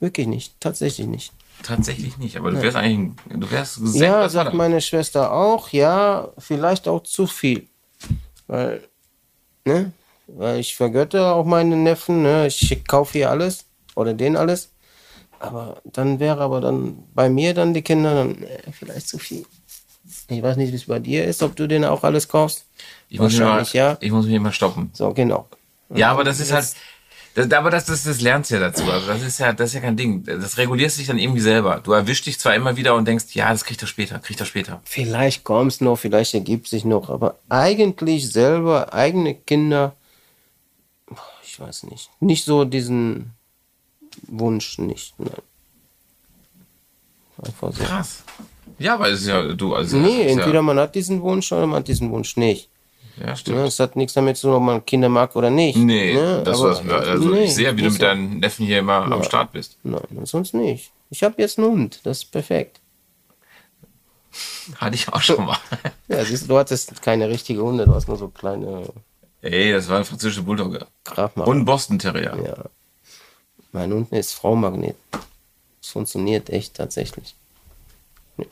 Wirklich nicht. Tatsächlich nicht. Tatsächlich nicht, aber du wärst du wärst sehr. Ja, sagt meine Schwester auch. Ja, vielleicht auch zu viel. Weil ich vergötte auch meine Neffen. Ne? Ich kaufe hier alles. Oder denen alles. Aber dann wäre dann bei mir dann die Kinder dann vielleicht zu viel. Ich weiß nicht, wie es bei dir ist, ob du denen auch alles kaufst. Ich muss mich immer stoppen. So, genau. Ja, aber das ist halt, das lernst du ja dazu. Also das ist ja kein Ding. Das regulierst dich dann irgendwie selber. Du erwischst dich zwar immer wieder und denkst, ja, das kriegt er später. Vielleicht kommt's noch, vielleicht ergibt sich noch, aber eigentlich selber, eigene Kinder, ich weiß nicht. Nicht so diesen Wunsch nicht. Nein. Einfach so. Krass. Ja, weil es ist ja, entweder man hat diesen Wunsch oder man hat diesen Wunsch nicht. Ja, stimmt. Es hat nichts damit zu tun, ob man Kinder mag oder nicht. Nee, ich sehe, wie du mit deinen Neffen hier immer am Start bist. Nein, sonst nicht. Ich habe jetzt einen Hund, das ist perfekt. Hatte ich auch schon mal. Ja, siehst du hattest keine richtige Hunde, du hast nur so kleine... Ey, das war ein französische Bulldogge. Krachmacher. Und ein Boston Terrier. Ja. Mein Hund ist Frau-Magnet. Das funktioniert echt tatsächlich. Ja.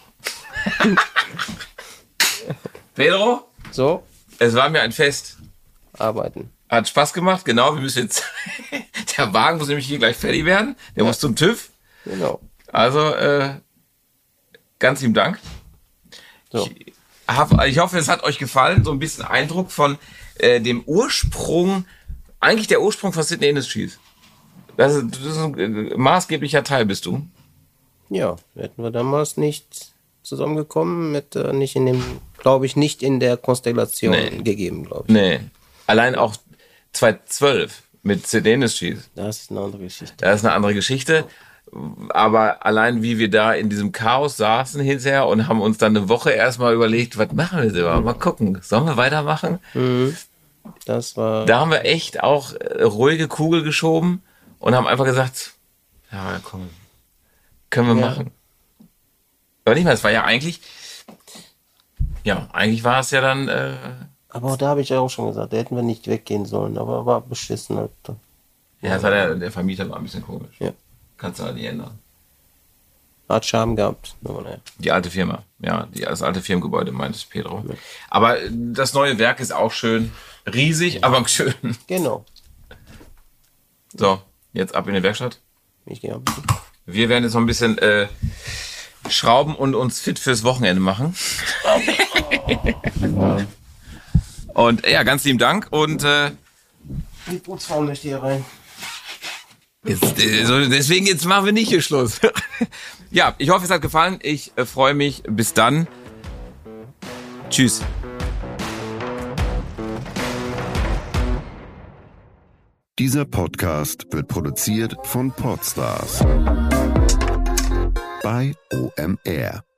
Pedro? So? Es war mir ein Fest. Arbeiten. Hat Spaß gemacht, genau. Wir müssen jetzt. Der Wagen muss nämlich hier gleich fertig werden. Der muss zum TÜV. Genau. Also, ganz lieben Dank. So. Ich hoffe, es hat euch gefallen. So ein bisschen Eindruck von dem Ursprung, eigentlich der Ursprung von Sydney Industries. Das ist ein maßgeblicher Teil, bist du. Ja, hätten wir damals nicht zusammengekommen, nicht in der Konstellation gegeben, glaube ich. Nee. Allein auch 2012 mit Sydney Industries. Das ist eine andere Geschichte. Aber allein wie wir da in diesem Chaos saßen hinterher und haben uns dann eine Woche erstmal überlegt, was machen wir jetzt? Mal gucken, sollen wir weitermachen? Mhm. Da haben wir echt auch ruhige Kugel geschoben und haben einfach gesagt, ja komm, können wir machen. Aber nicht mal, es war ja eigentlich war es ja dann... aber da habe ich ja auch schon gesagt, da hätten wir nicht weggehen sollen, aber war beschissen. Halt. Ja, das war der Vermieter war ein bisschen komisch. Ja. Kannst du halt nicht ändern. Hat Charme gehabt. Aber naja. Die alte Firma, ja, das alte Firmengebäude, meintest Pedro. Ja. Aber das neue Werk ist auch schön, riesig, aber schön. Genau. So, jetzt ab in die Werkstatt. Ich gehe ab. Wir werden jetzt noch ein bisschen schrauben und uns fit fürs Wochenende machen. Und ja, ganz lieben Dank und die Putzfrau möchte hier rein. Deswegen jetzt machen wir nicht hier Schluss. Ja, ich hoffe, es hat gefallen. Ich freue mich. Bis dann. Tschüss. Dieser Podcast wird produziert von Podstars bei OMR.